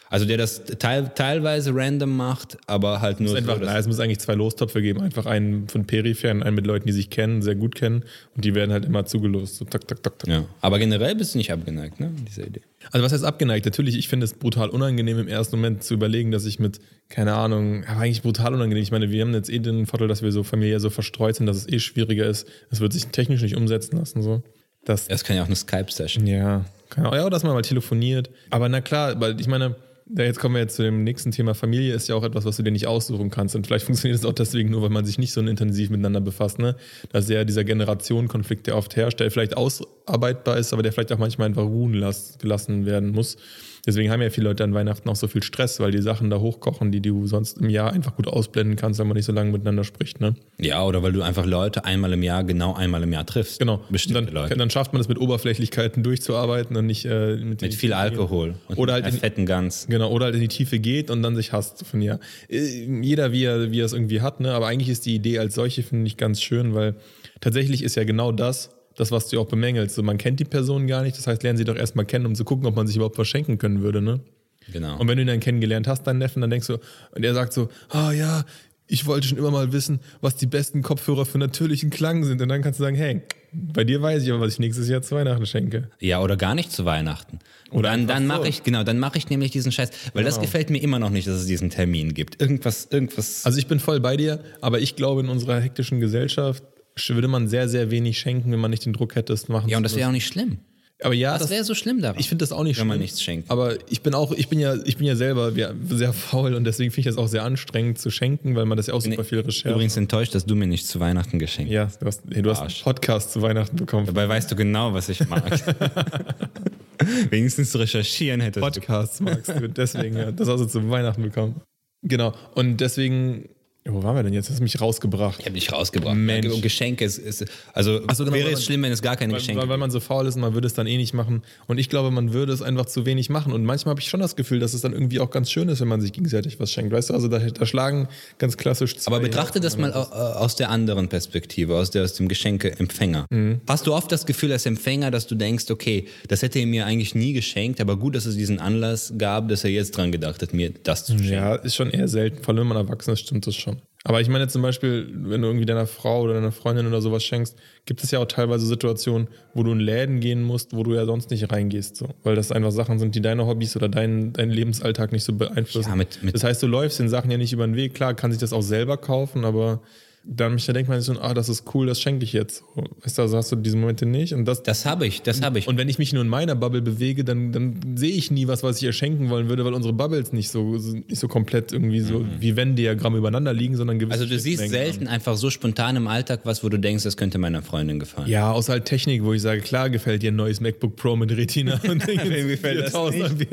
Speaker 2: Also der das teilweise random macht, aber halt nur
Speaker 1: einfach,
Speaker 2: so.
Speaker 1: es muss eigentlich 2 Lostöpfe geben. Einfach einen von Peripher und einen mit Leuten, die sich kennen, sehr gut kennen. Und die werden halt immer zugelost. So tak, tak, tak, tak.
Speaker 2: Ja. Aber generell bist du nicht abgeneigt, ne? Diese Idee.
Speaker 1: Also was heißt abgeneigt? Natürlich, ich finde es brutal unangenehm im ersten Moment zu überlegen, dass ich mit, keine Ahnung, aber eigentlich brutal unangenehm. Ich meine, wir haben jetzt den Vorteil, dass wir so familiär so verstreut sind, dass es schwieriger ist. Es wird sich technisch nicht umsetzen lassen. So.
Speaker 2: Das kann ja auch eine Skype-Session.
Speaker 1: Ja, ja, dass man mal telefoniert. Aber na klar, weil ich meine, jetzt kommen wir jetzt zu dem nächsten Thema. Familie ist ja auch etwas, was du dir nicht aussuchen kannst. Und vielleicht funktioniert es auch deswegen nur, weil man sich nicht so intensiv miteinander befasst. Ne? Das ist ja dieser Generationenkonflikt, der oft herrscht, der vielleicht ausarbeitbar ist, aber der vielleicht auch manchmal einfach ruhen gelassen werden muss. Deswegen haben ja viele Leute an Weihnachten auch so viel Stress, weil die Sachen da hochkochen, die du sonst im Jahr einfach gut ausblenden kannst, wenn man nicht so lange miteinander spricht. Ne?
Speaker 2: Ja, oder weil du einfach Leute genau einmal im Jahr triffst.
Speaker 1: Genau.
Speaker 2: Bestimmte Leute.
Speaker 1: Dann schafft man es mit Oberflächlichkeiten durchzuarbeiten und nicht
Speaker 2: mit viel Alkohol und
Speaker 1: oder halt
Speaker 2: fetten Gans.
Speaker 1: Genau, oder halt in die Tiefe geht und dann sich hasst von ja. Jeder, wie er es irgendwie hat, ne? Aber eigentlich ist die Idee als solche, finde ich, ganz schön, weil tatsächlich ist ja genau das, was du auch bemängelst. So, man kennt die Person gar nicht, das heißt, lernen sie doch erstmal kennen, um zu gucken, ob man sich überhaupt verschenken können würde, ne?
Speaker 2: Genau.
Speaker 1: Und wenn du ihn dann kennengelernt hast, deinen Neffen, dann denkst du, und er sagt so, ja, ich wollte schon immer mal wissen, was die besten Kopfhörer für natürlichen Klang sind. Und dann kannst du sagen, hey, bei dir weiß ich aber, was ich nächstes Jahr zu Weihnachten schenke.
Speaker 2: Ja, oder gar nicht zu Weihnachten.
Speaker 1: Oder
Speaker 2: dann mache ich nämlich diesen Scheiß, weil das gefällt mir immer noch nicht, dass es diesen Termin gibt. Irgendwas.
Speaker 1: Also ich bin voll bei dir, aber ich glaube, in unserer hektischen Gesellschaft würde man sehr, sehr wenig schenken, wenn man nicht den Druck hätte, es machen zu müssen.
Speaker 2: Ja, und das wäre auch nicht schlimm.
Speaker 1: Aber ja,
Speaker 2: das wäre so schlimm daran.
Speaker 1: Ich finde das auch nicht schlimm,
Speaker 2: wenn man nichts schenkt.
Speaker 1: Aber ich bin ja selber sehr faul und deswegen finde ich das auch sehr anstrengend zu schenken, weil man das ja auch super viel Recherche.
Speaker 2: Übrigens enttäuscht, dass du mir nicht zu Weihnachten geschenkt hast.
Speaker 1: Ja, du hast einen Podcast zu Weihnachten bekommen.
Speaker 2: Dabei weißt du genau, was ich mag. Wenigstens recherchieren hättest
Speaker 1: Podcasts magst du, deswegen, ja, das hast du zu Weihnachten bekommen. Genau, und deswegen... Wo waren wir denn jetzt? Hast du mich rausgebracht?
Speaker 2: Ich habe dich rausgebracht.
Speaker 1: Mensch.
Speaker 2: Und Geschenke wäre es schlimm, wenn es gar keine Geschenke
Speaker 1: weil man so faul ist und man würde es dann nicht machen. Und ich glaube, man würde es einfach zu wenig machen. Und manchmal habe ich schon das Gefühl, dass es dann irgendwie auch ganz schön ist, wenn man sich gegenseitig was schenkt. Weißt du, also da schlagen ganz klassisch zwei.
Speaker 2: Aber betrachte das mal aus der anderen Perspektive, aus dem Geschenkeempfänger. Mhm. Hast du oft das Gefühl als Empfänger, dass du denkst, okay, das hätte er mir eigentlich nie geschenkt, aber gut, dass es diesen Anlass gab, dass er jetzt dran gedacht hat, mir das zu schenken.
Speaker 1: Ja, ist schon eher selten. Vor allem, wenn man erwachsen ist, stimmt das schon. Aber ich meine zum Beispiel, wenn du irgendwie deiner Frau oder deiner Freundin oder sowas schenkst, gibt es ja auch teilweise Situationen, wo du in Läden gehen musst, wo du ja sonst nicht reingehst. So. Weil das einfach Sachen sind, die deine Hobbys oder deinen Lebensalltag nicht so beeinflussen.
Speaker 2: Ja,
Speaker 1: das heißt, du läufst den Sachen ja nicht über den Weg. Klar, kann sich das auch selber kaufen, aber dann denkt man sich so, das ist cool, das schenke ich jetzt. Weißt du, also hast du diese Momente nicht. Und das habe ich. Und wenn ich mich nur in meiner Bubble bewege, dann sehe ich nie was ich ihr schenken wollen würde, weil unsere Bubbles nicht so komplett irgendwie so wie Venn-Diagramme übereinander liegen, sondern gewisse.
Speaker 2: Also du siehst selten einfach so spontan im Alltag was, wo du denkst, das könnte meiner Freundin gefallen.
Speaker 1: Ja, außer halt Technik, wo ich sage, klar gefällt dir ein neues MacBook Pro mit Retina. Und
Speaker 2: wem gefällt das nicht?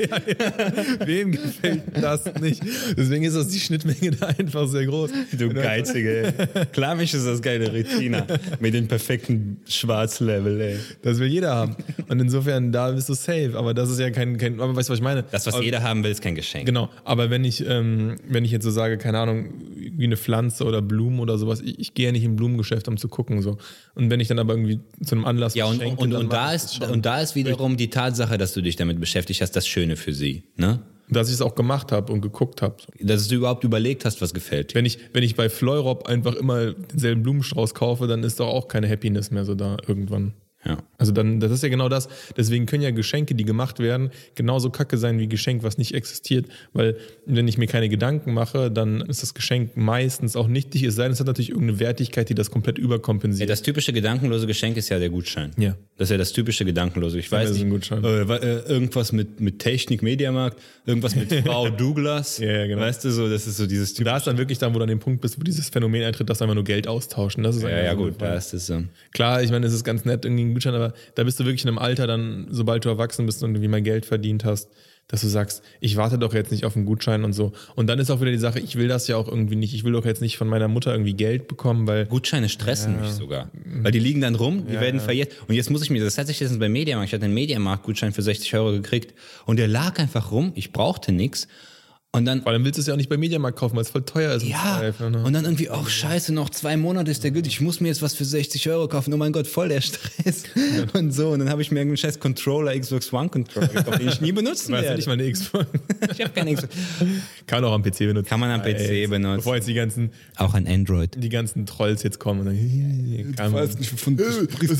Speaker 1: Wem gefällt das nicht? Deswegen ist die Schnittmenge da einfach sehr groß.
Speaker 2: Du Geizige, ey. Klar, mich ist das geile Retina mit dem perfekten Schwarzlevel, ey.
Speaker 1: Das will jeder haben. Und insofern, da bist du safe. Aber das ist ja kein aber weißt du, was ich meine?
Speaker 2: Das, was jeder haben will, ist kein Geschenk.
Speaker 1: Genau. Aber wenn ich jetzt so sage, keine Ahnung, wie eine Pflanze oder Blumen oder sowas, ich gehe ja nicht im Blumengeschäft, um zu gucken, so. Und wenn ich dann aber irgendwie zu einem Anlass
Speaker 2: schenke, und da ist wiederum die Tatsache, dass du dich damit beschäftigt hast, das Schöne für sie, ne?
Speaker 1: Dass ich es auch gemacht habe und geguckt habe.
Speaker 2: Dass du überhaupt überlegt hast, was gefällt dir.
Speaker 1: Wenn ich bei Fleurop einfach immer denselben Blumenstrauß kaufe, dann ist doch auch keine Happiness mehr so da irgendwann.
Speaker 2: Ja.
Speaker 1: Also das ist ja genau das. Deswegen können ja Geschenke, die gemacht werden, genauso kacke sein wie Geschenk, was nicht existiert. Weil wenn ich mir keine Gedanken mache, dann ist das Geschenk meistens auch nichtig. Es sei denn, es hat natürlich irgendeine Wertigkeit, die das komplett überkompensiert.
Speaker 2: Ja, das typische gedankenlose Geschenk ist ja der Gutschein.
Speaker 1: Ja.
Speaker 2: Das ist ja das typische Gedankenlose. Ich weiß nicht, irgendwas mit Technik, Mediamarkt, irgendwas mit Frau Douglas.
Speaker 1: Ja, genau.
Speaker 2: Weißt du, so, das ist so dieses typische.
Speaker 1: Da ist dann wirklich wo du an dem Punkt bist, wo dieses Phänomen eintritt, dass einfach nur Geld austauschen. Das ist
Speaker 2: ja, gut, da ist es so.
Speaker 1: Klar, ich meine, es ist ganz nett, irgendwie ein Gutschein, aber da bist du wirklich in einem Alter dann, sobald du erwachsen bist und irgendwie mal Geld verdient hast, dass du sagst, ich warte doch jetzt nicht auf einen Gutschein und so. Und dann ist auch wieder die Sache, ich will das ja auch irgendwie nicht. Ich will doch jetzt nicht von meiner Mutter irgendwie Geld bekommen, weil...
Speaker 2: Gutscheine stressen mich sogar. Weil die liegen dann rum, die werden verjährt. Und jetzt muss ich mir, das hatte ich letztens beim Mediamarkt, ich hatte einen Mediamarkt-Gutschein für 60 € gekriegt und der lag einfach rum, ich brauchte nichts. Und dann,
Speaker 1: Vor allem willst du es ja auch nicht bei Mediamarkt kaufen, weil es voll teuer ist.
Speaker 2: ja, und dann irgendwie, scheiße, noch 2 Monate ist der gültig, ich muss mir jetzt was für 60 € kaufen, oh mein Gott, voll der Stress. Und so, und dann habe ich mir irgendeinen scheiß Controller, Xbox One Controller gekauft, den ich nie benutzen
Speaker 1: Weißt du
Speaker 2: werde.
Speaker 1: nicht mal eine Xbox?
Speaker 2: Ich habe keine Xbox.
Speaker 1: Kann auch am PC benutzen.
Speaker 2: Kann man am PC benutzen.
Speaker 1: Bevor jetzt
Speaker 2: Auch an Android.
Speaker 1: die ganzen Trolls jetzt kommen und dann
Speaker 2: nicht, wovon du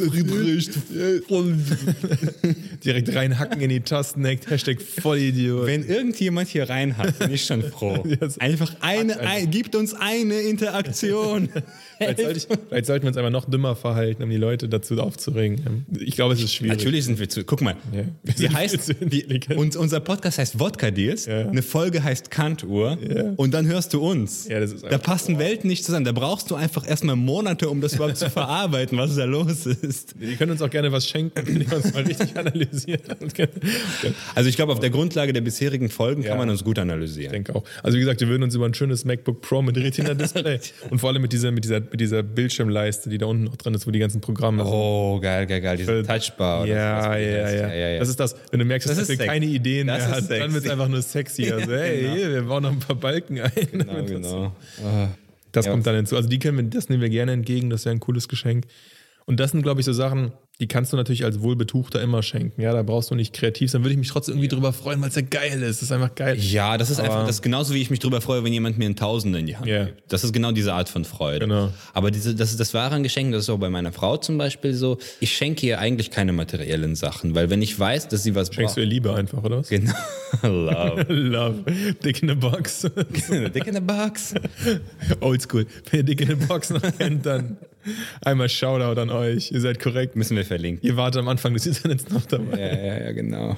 Speaker 1: direkt reinhacken in die Tasten, Hashtag Vollidiot.
Speaker 2: Wenn irgendjemand hier rein hat, bin ich schon froh.
Speaker 1: Yes.
Speaker 2: Einfach gibt uns eine Interaktion.
Speaker 1: Vielleicht sollten wir uns einfach noch dümmer verhalten, um die Leute dazu aufzuregen. Ich glaube, es ist schwierig.
Speaker 2: Natürlich sind wir guck mal,
Speaker 1: Ja.
Speaker 2: unser Podcast heißt Wodka Deals,
Speaker 1: Ja.
Speaker 2: eine Folge heißt Kantuhr und dann hörst du uns.
Speaker 1: Ja, das ist
Speaker 2: Da
Speaker 1: einfach-
Speaker 2: passen Welten nicht zusammen. Da brauchst du einfach erstmal Monate, um das überhaupt zu verarbeiten, was da los ist.
Speaker 1: Die können uns auch gerne was schenken, wenn die uns mal richtig analysiert haben.
Speaker 2: Also ich glaube, auf der Grundlage der bisherigen Folgen kann man uns gut
Speaker 1: Ich
Speaker 2: analysieren.
Speaker 1: denke auch. Also wie gesagt, wir würden uns über ein schönes MacBook Pro mit Retina-Display und vor allem mit dieser Bildschirmleiste, die da unten noch drin ist, wo die ganzen Programme sind.
Speaker 2: Oh, geil, diese Touchbar. oder
Speaker 1: Ja,
Speaker 2: was das heißt.
Speaker 1: ja. Das ist das, wenn du merkst, dass
Speaker 2: Das
Speaker 1: das
Speaker 2: ist
Speaker 1: Apple
Speaker 2: sexy.
Speaker 1: keine Ideen
Speaker 2: Das
Speaker 1: mehr
Speaker 2: ist
Speaker 1: hat, dann
Speaker 2: sexy.
Speaker 1: wird es einfach nur sexy. Also, hey,
Speaker 2: genau.
Speaker 1: hier, wir bauen noch ein paar Balken ein.
Speaker 2: Ja, genau.
Speaker 1: Das
Speaker 2: Ja.
Speaker 1: kommt dann hinzu. Also das nehmen wir gerne entgegen, das wäre ein cooles Geschenk. Und das sind, glaube ich, so Sachen, die kannst du natürlich als Wohlbetuchter immer schenken. Ja, da brauchst du nicht kreativ sein. Würde ich mich trotzdem irgendwie drüber freuen, weil es ja geil ist. Das ist einfach geil.
Speaker 2: Ja, das ist einfach, das ist genauso wie ich mich drüber freue, wenn jemand mir einen Tausender in die Hand
Speaker 1: Ja.
Speaker 2: gibt. Das ist genau diese Art von Freude.
Speaker 1: Genau.
Speaker 2: Aber das ist das wahre Geschenk, das ist auch bei meiner Frau zum Beispiel so. Ich schenke ihr eigentlich keine materiellen Sachen, weil wenn ich weiß, dass sie was
Speaker 1: Schenkst du ihr Liebe einfach, oder was?
Speaker 2: Genau. Love.
Speaker 1: Love. Dick in a Box.
Speaker 2: Dick in the box.
Speaker 1: Oldschool. Wenn ihr Dick in a Box noch kennt, dann einmal Shoutout an euch. Ihr seid korrekt.
Speaker 2: Müssen wir verlinken.
Speaker 1: Ihr wart am Anfang des Internets noch dabei.
Speaker 2: Ja, genau.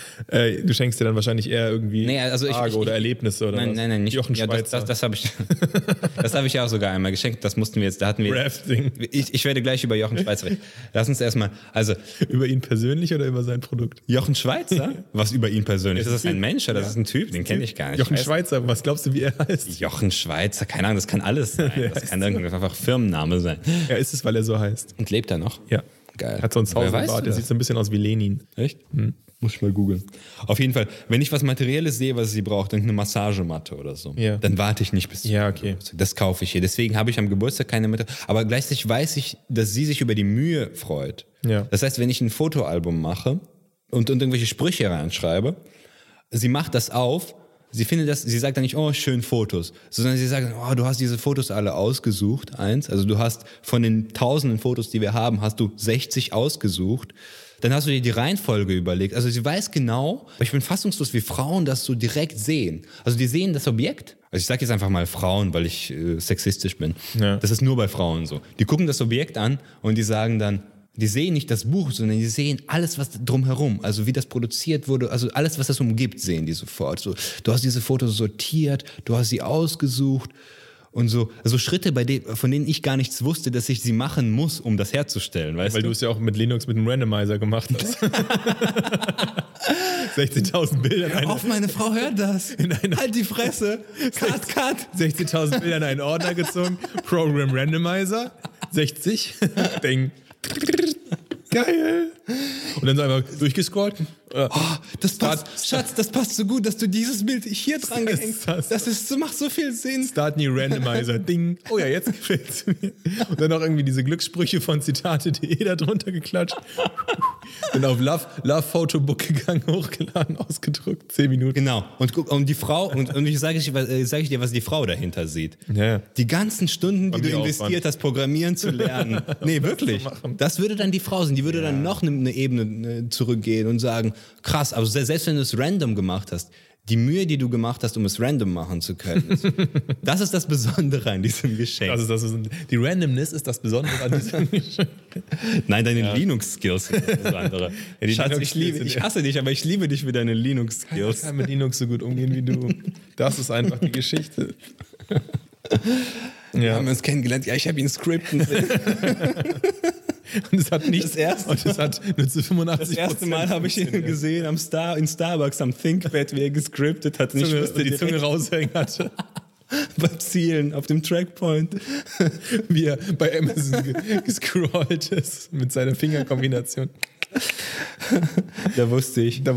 Speaker 1: Du schenkst dir dann wahrscheinlich eher irgendwie
Speaker 2: Nee, also
Speaker 1: Tage oder Erlebnisse oder was?
Speaker 2: Nein, nicht.
Speaker 1: Jochen
Speaker 2: Ja,
Speaker 1: Schweizer.
Speaker 2: das habe ich, das habe ich ja auch sogar einmal geschenkt. Das mussten wir jetzt, da hatten wir.
Speaker 1: Rafting.
Speaker 2: Ich werde gleich über Jochen Schweizer reden. Lass uns erstmal, also
Speaker 1: Über ihn persönlich oder über sein Produkt?
Speaker 2: Jochen Schweizer? Was über ihn persönlich? Ist das ein Mensch oder das ist ein Typ? Den kenne ich gar nicht.
Speaker 1: Jochen
Speaker 2: Ich weiß-
Speaker 1: Schweizer, was glaubst du, wie er heißt?
Speaker 2: Jochen Schweizer, keine Ahnung, das kann alles sein. Das kann irgendwie einfach Firmenname sein.
Speaker 1: Ja, ist es, weil er so heißt.
Speaker 2: Und lebt er noch?
Speaker 1: Ja.
Speaker 2: Geil.
Speaker 1: Hat so einen
Speaker 2: Woher weißt
Speaker 1: Zausenbart,
Speaker 2: du
Speaker 1: der
Speaker 2: das?
Speaker 1: sieht so ein bisschen aus wie Lenin.
Speaker 2: Echt? Muss ich mal googeln. Auf jeden Fall, wenn ich was Materielles sehe, was sie braucht, irgendeine Massagematte oder so,
Speaker 1: Ja.
Speaker 2: dann warte ich nicht bis
Speaker 1: Ja, okay.
Speaker 2: Das kaufe ich ihr. Deswegen habe ich am Geburtstag keine Mitte. Aber gleichzeitig weiß ich, dass sie sich über die Mühe freut.
Speaker 1: Ja.
Speaker 2: Das heißt, wenn ich ein Fotoalbum mache und irgendwelche Sprüche reinschreibe, sie macht das auf. Sie findet das, sie sagt dann nicht, oh, schön Fotos, sondern sie sagt, oh, du hast diese Fotos alle ausgesucht, also du hast von den tausenden Fotos, die wir haben, hast du 60 ausgesucht. Dann hast du dir die Reihenfolge überlegt. Also sie weiß genau, aber ich bin fassungslos, wie Frauen das so direkt sehen. Also die sehen das Objekt. Also ich sage jetzt einfach mal Frauen, weil ich sexistisch bin.
Speaker 1: Ja.
Speaker 2: Das ist nur bei Frauen so. Die gucken das Objekt an und die sagen dann, die sehen nicht das Buch, sondern die sehen alles, was drumherum, also wie das produziert wurde, also alles, was das umgibt, sehen die sofort. So, du hast diese Fotos sortiert, du hast sie ausgesucht und so, also Schritte, von denen ich gar nichts wusste, dass ich sie machen muss, um das herzustellen, weißt
Speaker 1: Weil
Speaker 2: du?
Speaker 1: du es ja auch mit Linux mit einem Randomizer gemacht hast. 16.000 Bilder in
Speaker 2: Hör auf, meine Frau hört das. Halt die Fresse. Cut.
Speaker 1: 16.000 Bilder in einen Ordner gezogen. Program Randomizer. 60. Ding. Geil. Und dann so einfach durchgescrollt.
Speaker 2: Das passt, Schatz, das passt so gut, dass du dieses Bild hier dran gehängt hast. Das macht so viel Sinn.
Speaker 1: Start New Randomizer. Ding. Oh ja, jetzt gefällt's mir. Und dann noch irgendwie diese Glückssprüche von Zitate.de da drunter geklatscht. Bin auf Love Photobook gegangen, hochgeladen, ausgedruckt. 10 Minuten.
Speaker 2: Genau. Und die Frau, und ich sage ich dir, was die Frau dahinter sieht.
Speaker 1: Ja.
Speaker 2: Die ganzen Stunden, die du
Speaker 1: mir
Speaker 2: investiert hast, Programmieren zu lernen. Nee, wirklich. Das würde dann die Frau sein. Die würde dann noch eine Ebene zurückgehen und sagen, krass, also selbst wenn du es random gemacht hast, die Mühe, die du gemacht hast, um es random machen zu können, das ist das Besondere an diesem Geschenk.
Speaker 1: Die Randomness ist das Besondere an diesem Geschenk.
Speaker 2: Nein, deine Linux-Skills sind das Besondere.
Speaker 1: Ja, die
Speaker 2: Schatz,
Speaker 1: Linux-Skills sind
Speaker 2: ich hasse dich, aber ich liebe dich für deine
Speaker 1: Ich
Speaker 2: Linux-Skills.
Speaker 1: kann mit Linux so gut umgehen wie du. Das ist einfach die Geschichte.
Speaker 2: Wir haben uns kennengelernt. Ja, ich habe ihn skripten sehen.
Speaker 1: Und es hat nichts.
Speaker 2: Das erste-
Speaker 1: Und es hat nur zu 85%.
Speaker 2: Das erste Mal habe ich ihn gesehen in Starbucks am ThinkPad, wie er gescriptet hat. Und ich wusste
Speaker 1: die Zunge
Speaker 2: direkt
Speaker 1: raushängen hatte.
Speaker 2: beim Zielen auf dem Trackpoint.
Speaker 1: Wie er bei Amazon gescrollt ist mit seiner Fingerkombination.
Speaker 2: Da wusste ich,
Speaker 1: er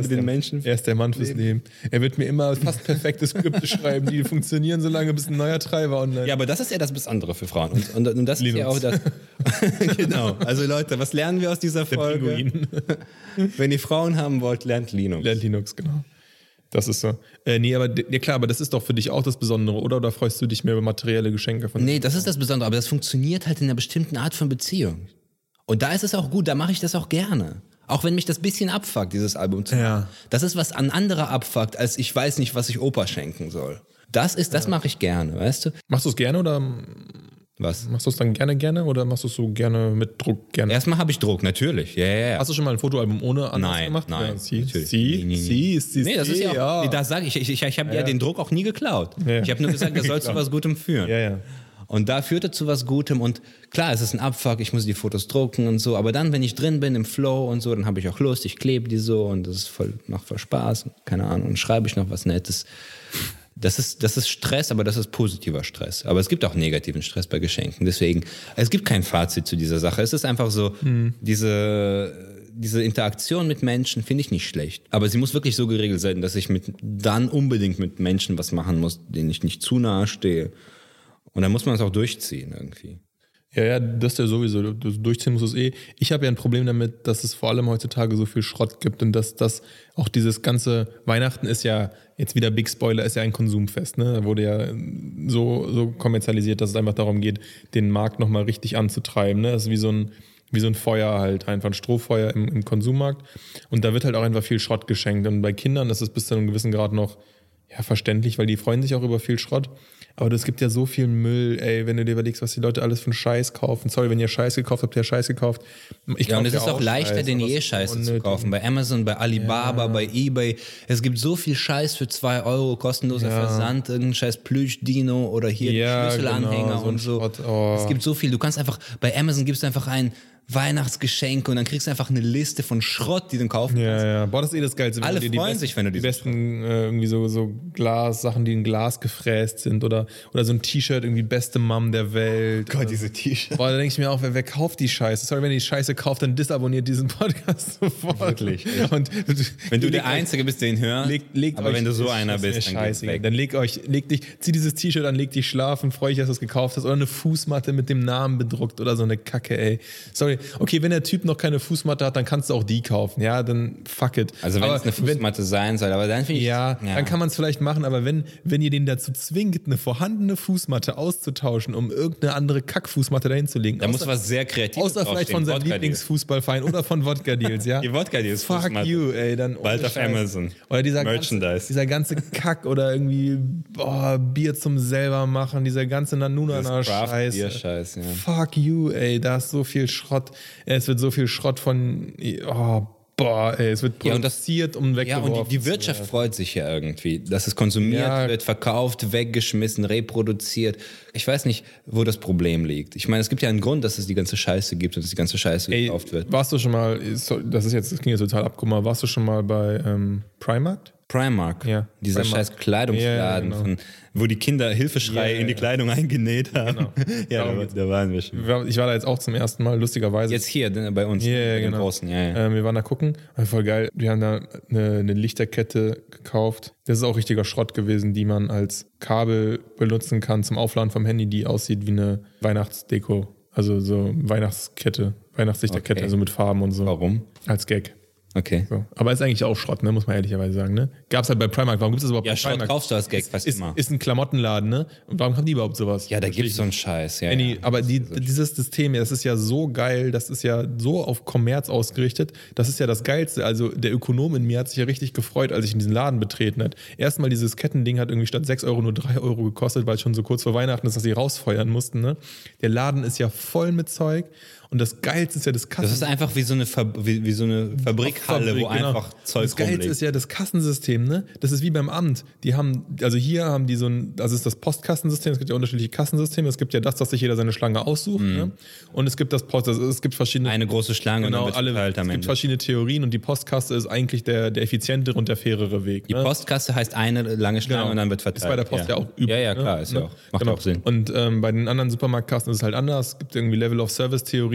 Speaker 1: ist der Mann fürs Leben. Er wird mir immer fast perfekte Skripte schreiben, die funktionieren, solange bis ein neuer Treiber online.
Speaker 2: Ja, aber das ist ja das Besondere für Frauen. Und das ist ja auch das. Genau. Also Leute, was lernen wir aus dieser Folge? Wenn ihr Frauen haben wollt, lernt Linux.
Speaker 1: Lernt Linux, genau. Das ist so. Nee, aber klar, aber das ist doch für dich auch das Besondere, oder? Oder freust du dich mehr über materielle Geschenke von?
Speaker 2: Nee, das ist das Besondere, aber das funktioniert halt in einer bestimmten Art von Beziehung. Und da ist es auch gut, da mache ich das auch gerne. Auch wenn mich das bisschen abfuckt, dieses Album zu machen.
Speaker 1: Ja.
Speaker 2: Das ist, was an anderer abfuckt, als ich weiß nicht, was ich Opa schenken soll. Das mache ich gerne, weißt du?
Speaker 1: Machst du es gerne oder
Speaker 2: was?
Speaker 1: Machst du es dann gerne oder machst du es so gerne mit Druck gerne?
Speaker 2: Erstmal habe ich Druck, natürlich. Ja.
Speaker 1: Hast du schon mal ein Fotoalbum ohne Anlass gemacht?
Speaker 2: Nein,
Speaker 1: ja,
Speaker 2: natürlich.
Speaker 1: Nee,
Speaker 2: das ist ja auch, das sage ich. Ich habe ja den Druck auch nie geklaut. Ja. Ich habe nur gesagt, das soll zu was Gutem führen.
Speaker 1: Ja.
Speaker 2: Und da führte zu was Gutem und klar, es ist ein Abfuck, ich muss die Fotos drucken und so, aber dann, wenn ich drin bin im Flow und so, dann habe ich auch Lust, ich klebe die so und das macht voll Spaß, keine Ahnung, und schreibe ich noch was Nettes. Das ist Stress, aber das ist positiver Stress. Aber es gibt auch negativen Stress bei Geschenken, deswegen, es gibt kein Fazit zu dieser Sache. Es ist einfach so, diese Interaktion mit Menschen finde ich nicht schlecht. Aber sie muss wirklich so geregelt sein, dass ich dann unbedingt mit Menschen was machen muss, denen ich nicht zu nahe stehe. Und dann muss man es auch durchziehen irgendwie.
Speaker 1: Ja, das ist ja sowieso. Durchziehen muss es eh. Ich habe ja ein Problem damit, dass es vor allem heutzutage so viel Schrott gibt und dass das auch dieses ganze Weihnachten ist ja, jetzt wieder Big Spoiler, ist ja ein Konsumfest. Ne? Da wurde ja so kommerzialisiert, dass es einfach darum geht, den Markt nochmal richtig anzutreiben. Ne? Das ist wie so ein Feuer halt, einfach ein Strohfeuer im Konsummarkt. Und da wird halt auch einfach viel Schrott geschenkt. Und bei Kindern ist es bis zu einem gewissen Grad noch verständlich, weil die freuen sich auch über viel Schrott. Aber es gibt ja so viel Müll, ey, wenn du dir überlegst, was die Leute alles für einen Scheiß kaufen. Sorry, wenn ihr Scheiß gekauft habt, ihr Scheiß gekauft.
Speaker 2: Und es ist auch leichter, den Scheiße zu kaufen. Bei Amazon, bei Alibaba, bei eBay. Es gibt so viel Scheiß für 2 €, kostenloser Versand, irgendein scheiß Plüsch-Dino oder hier Schlüsselanhänger
Speaker 1: genau, so
Speaker 2: und so.
Speaker 1: Schrott, oh.
Speaker 2: Es gibt so viel. Du kannst einfach, bei Amazon gibst du einfach ein Weihnachtsgeschenk und dann kriegst du einfach eine Liste von Schrott, die du kaufen kannst.
Speaker 1: Ja. Boah, das ist das Geilste.
Speaker 2: Alle freuen sich, wenn du
Speaker 1: die besten irgendwie so Glas-Sachen, die in Glas gefräst sind oder so ein T-Shirt, irgendwie beste Mom der Welt.
Speaker 2: Gott, diese T-Shirts.
Speaker 1: Boah, da denke ich mir auch, wer kauft die Scheiße? Sorry, wenn ihr die Scheiße kauft, dann disabonniert diesen Podcast sofort.
Speaker 2: Wirklich. Und wenn du der Einzige bist, den hörst, aber wenn du so einer bist, dann geht's weg.
Speaker 1: Dann zieh dieses T-Shirt an, leg dich schlafen, freu dich, dass du es gekauft hast oder eine Fußmatte mit dem Namen bedruckt oder so eine Kacke, ey. Sorry. Okay, wenn der Typ noch keine Fußmatte hat, dann kannst du auch die kaufen. Ja, dann fuck it.
Speaker 2: Also wenn es eine Fußmatte sein soll, aber dann finde ich...
Speaker 1: Ja, dann kann man es vielleicht machen, aber wenn ihr den dazu zwingt, eine vorhandene Fußmatte auszutauschen, um irgendeine andere Kackfußmatte dahin zu legen.
Speaker 2: Da muss was sehr Kreatives
Speaker 1: außer vielleicht von seinem Lieblingsfußballverein oder von Wodka-Deals, ja?
Speaker 2: Die Wodka-Deals.
Speaker 1: Fuck you, ey. Dann
Speaker 2: bald auf Amazon.
Speaker 1: Oder dieser
Speaker 2: Merchandise.
Speaker 1: ganze Kack oder irgendwie Bier zum selber machen, dieser ganze Nanuna-Scheiß.
Speaker 2: Bier-Scheiß, ja.
Speaker 1: Fuck you, ey. Da ist so viel Schrott. Es wird so viel Schrott von, es wird produziert, um weggeworfen.
Speaker 2: Ja, und die Wirtschaft freut sich ja irgendwie, dass es konsumiert wird, verkauft, weggeschmissen, reproduziert. Ich weiß nicht, wo das Problem liegt. Ich meine, es gibt ja einen Grund, dass es die ganze Scheiße gibt und dass die ganze Scheiße gekauft wird.
Speaker 1: Warst du schon mal, das klingt jetzt total abgekommen, warst du schon mal bei Primark?
Speaker 2: Ja. Dieser scheiß Kleidungsladen, wo die Kinder Hilfeschreie in die Kleidung eingenäht haben. Genau. Da waren wir schon.
Speaker 1: Ich war da jetzt auch zum ersten Mal, lustigerweise.
Speaker 2: Jetzt hier bei uns,
Speaker 1: genau.
Speaker 2: Großen.
Speaker 1: Wir waren da gucken, voll geil. Wir haben da eine Lichterkette gekauft. Das ist auch richtiger Schrott gewesen, die man als Kabel benutzen kann zum Aufladen vom Handy, die aussieht wie eine Weihnachtsdeko. Also so Weihnachtslichterkette, also mit Farben und so.
Speaker 2: Warum?
Speaker 1: Als Gag.
Speaker 2: Okay.
Speaker 1: So. Aber ist eigentlich auch Schrott, ne? Muss man ehrlicherweise sagen, ne? Gab's halt bei Primark. Warum gibt es das überhaupt bei Primark?
Speaker 2: Ja, Schrott kaufst du als Gag fast immer.
Speaker 1: Ist ein Klamottenladen, ne? Und warum haben die überhaupt sowas?
Speaker 2: Ja, da gibt's so einen Scheiß. Ja,
Speaker 1: aber dieses System, das ist ja so geil, das ist ja so auf Kommerz ausgerichtet, das ist ja das Geilste. Also der Ökonom in mir hat sich ja richtig gefreut, als ich in diesen Laden betreten hat. Erstmal dieses Kettending hat irgendwie statt 6 € nur 3 € gekostet, weil es schon so kurz vor Weihnachten ist, dass sie rausfeuern mussten, ne? Der Laden ist ja voll mit Zeug. Und das Geilste ist ja das Kassensystem.
Speaker 2: Das ist einfach wie so eine Fabrikhalle, wo einfach Zeug rumliegt.
Speaker 1: Das Geilste ist ja das Kassensystem, ne? Das ist wie beim Amt. Hier haben die so das ist das Postkassensystem, es gibt ja unterschiedliche Kassensysteme. Es gibt ja das, dass sich jeder seine Schlange aussucht, ne? Und es gibt es gibt verschiedene...
Speaker 2: Eine große Schlange
Speaker 1: und dann wird verteilt am Ende. Es gibt verschiedene Theorien und die Postkasse ist eigentlich der effizientere und der fairere Weg.
Speaker 2: Die Postkasse heißt eine lange Schlange und dann wird verteilt.
Speaker 1: Ist bei der Post ja auch üblich.
Speaker 2: Ja, klar, ist ja auch. Macht auch Sinn.
Speaker 1: Und bei den anderen Supermarktkassen ist es halt anders. Es gibt irgendwie Level of Service-Theorien,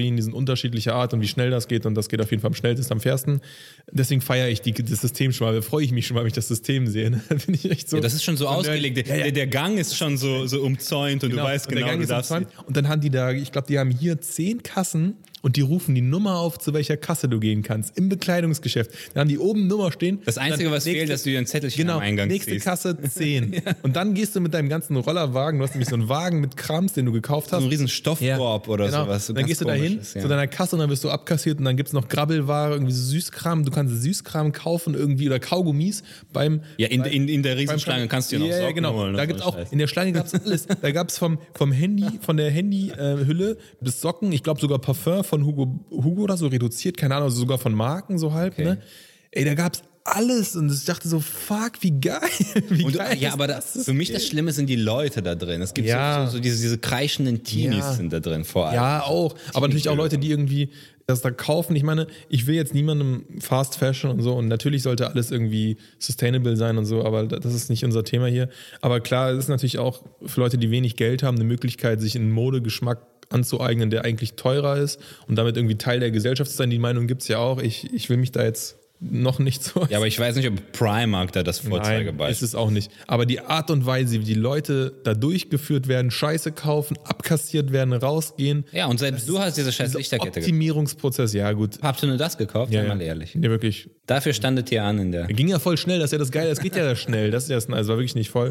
Speaker 1: Kalorien, die sind unterschiedlicher Art und wie schnell das geht und das geht auf jeden Fall am schnellsten, am fairsten. Deswegen feiere ich das System schon mal, freue ich mich schon mal, wenn ich das System sehe. Ne? Finde ich echt so.
Speaker 2: Ja, das ist schon so ausgelegt. Der Gang ist schon so umzäunt und du weißt genau,
Speaker 1: wie das ist. Und dann haben die da, ich glaube, die haben hier 10 Kassen und die rufen die Nummer auf, zu welcher Kasse du gehen kannst. Im Bekleidungsgeschäft. Dann haben die oben eine Nummer stehen.
Speaker 2: Das Einzige, was fehlt, dass du dir ein Zettelchen am Eingang
Speaker 1: nächste
Speaker 2: ziehst.
Speaker 1: Kasse 10. Ja. Und dann gehst du mit deinem ganzen Rollerwagen, du hast nämlich so einen Wagen mit Krams, den du gekauft hast.
Speaker 2: So einen riesen Stoffkorb oder sowas. So
Speaker 1: dann gehst du dahin zu deiner Kasse und dann wirst du abkassiert und dann gibt es noch Grabbelware, irgendwie so Süßkram. Du kannst Süßkram kaufen irgendwie oder Kaugummis beim...
Speaker 2: Ja, in der Riesenschlange kannst du dir noch Socken holen.
Speaker 1: Da gibt's auch, in der Schlange gab es alles. Da gab es vom Handy, von der Handyhülle bis Socken, ich glaube sogar Parfum von Hugo oder so reduziert, keine Ahnung, also sogar von Marken so halb, ne? Ey, da gab's alles und ich dachte so, fuck, wie geil.
Speaker 2: Ja, aber für mich das Schlimme sind die Leute da drin. Es gibt so diese kreischenden Teenies sind da drin vor allem.
Speaker 1: Ja, auch. Aber natürlich auch Leute, die irgendwie das da kaufen. Ich meine, ich will jetzt niemandem Fast Fashion und so und natürlich sollte alles irgendwie sustainable sein und so, aber das ist nicht unser Thema hier. Aber klar, es ist natürlich auch für Leute, die wenig Geld haben, eine Möglichkeit, sich einen Modegeschmack anzueignen, der eigentlich teurer ist und damit irgendwie Teil der Gesellschaft zu sein. Die Meinung gibt's ja auch. Ich will mich da jetzt noch nicht so...
Speaker 2: Ja, aber ich weiß nicht, ob Primark da das Vorzeigebeispiel
Speaker 1: ist. Nein, ist es auch nicht. Aber die Art und Weise, wie die Leute da durchgeführt werden, Scheiße kaufen, abkassiert werden, rausgehen.
Speaker 2: Ja, und selbst du hast diese scheiß Lichterkette gekauft.
Speaker 1: Optimierungsprozess, ja gut.
Speaker 2: Habt ihr nur das gekauft?
Speaker 1: Ja,
Speaker 2: mal ehrlich.
Speaker 1: Nee, wirklich.
Speaker 2: Dafür standet ihr an in der...
Speaker 1: Ging ja voll schnell, das ist ja das Geile, das geht ja schnell. Das ist ja also war wirklich nicht voll.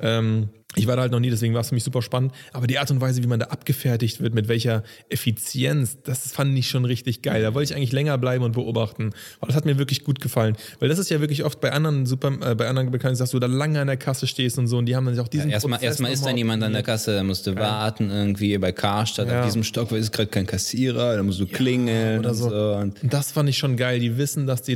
Speaker 1: Ich war da halt noch nie, deswegen war es für mich super spannend. Aber die Art und Weise, wie man da abgefertigt wird, mit welcher Effizienz, das fand ich schon richtig geil. Da wollte ich eigentlich länger bleiben und beobachten. Aber das hat mir wirklich gut gefallen. Weil das ist ja wirklich oft bei anderen Bekannten, dass du da lange an der Kasse stehst und so. Und die haben dann auch diesen
Speaker 2: Erstmal ist dann jemand an der Kasse, da musst du warten irgendwie bei Karstadt. Auf diesem Stock ist gerade kein Kassierer, da musst du klingeln oder so. Und
Speaker 1: das fand ich schon geil. Die wissen, dass die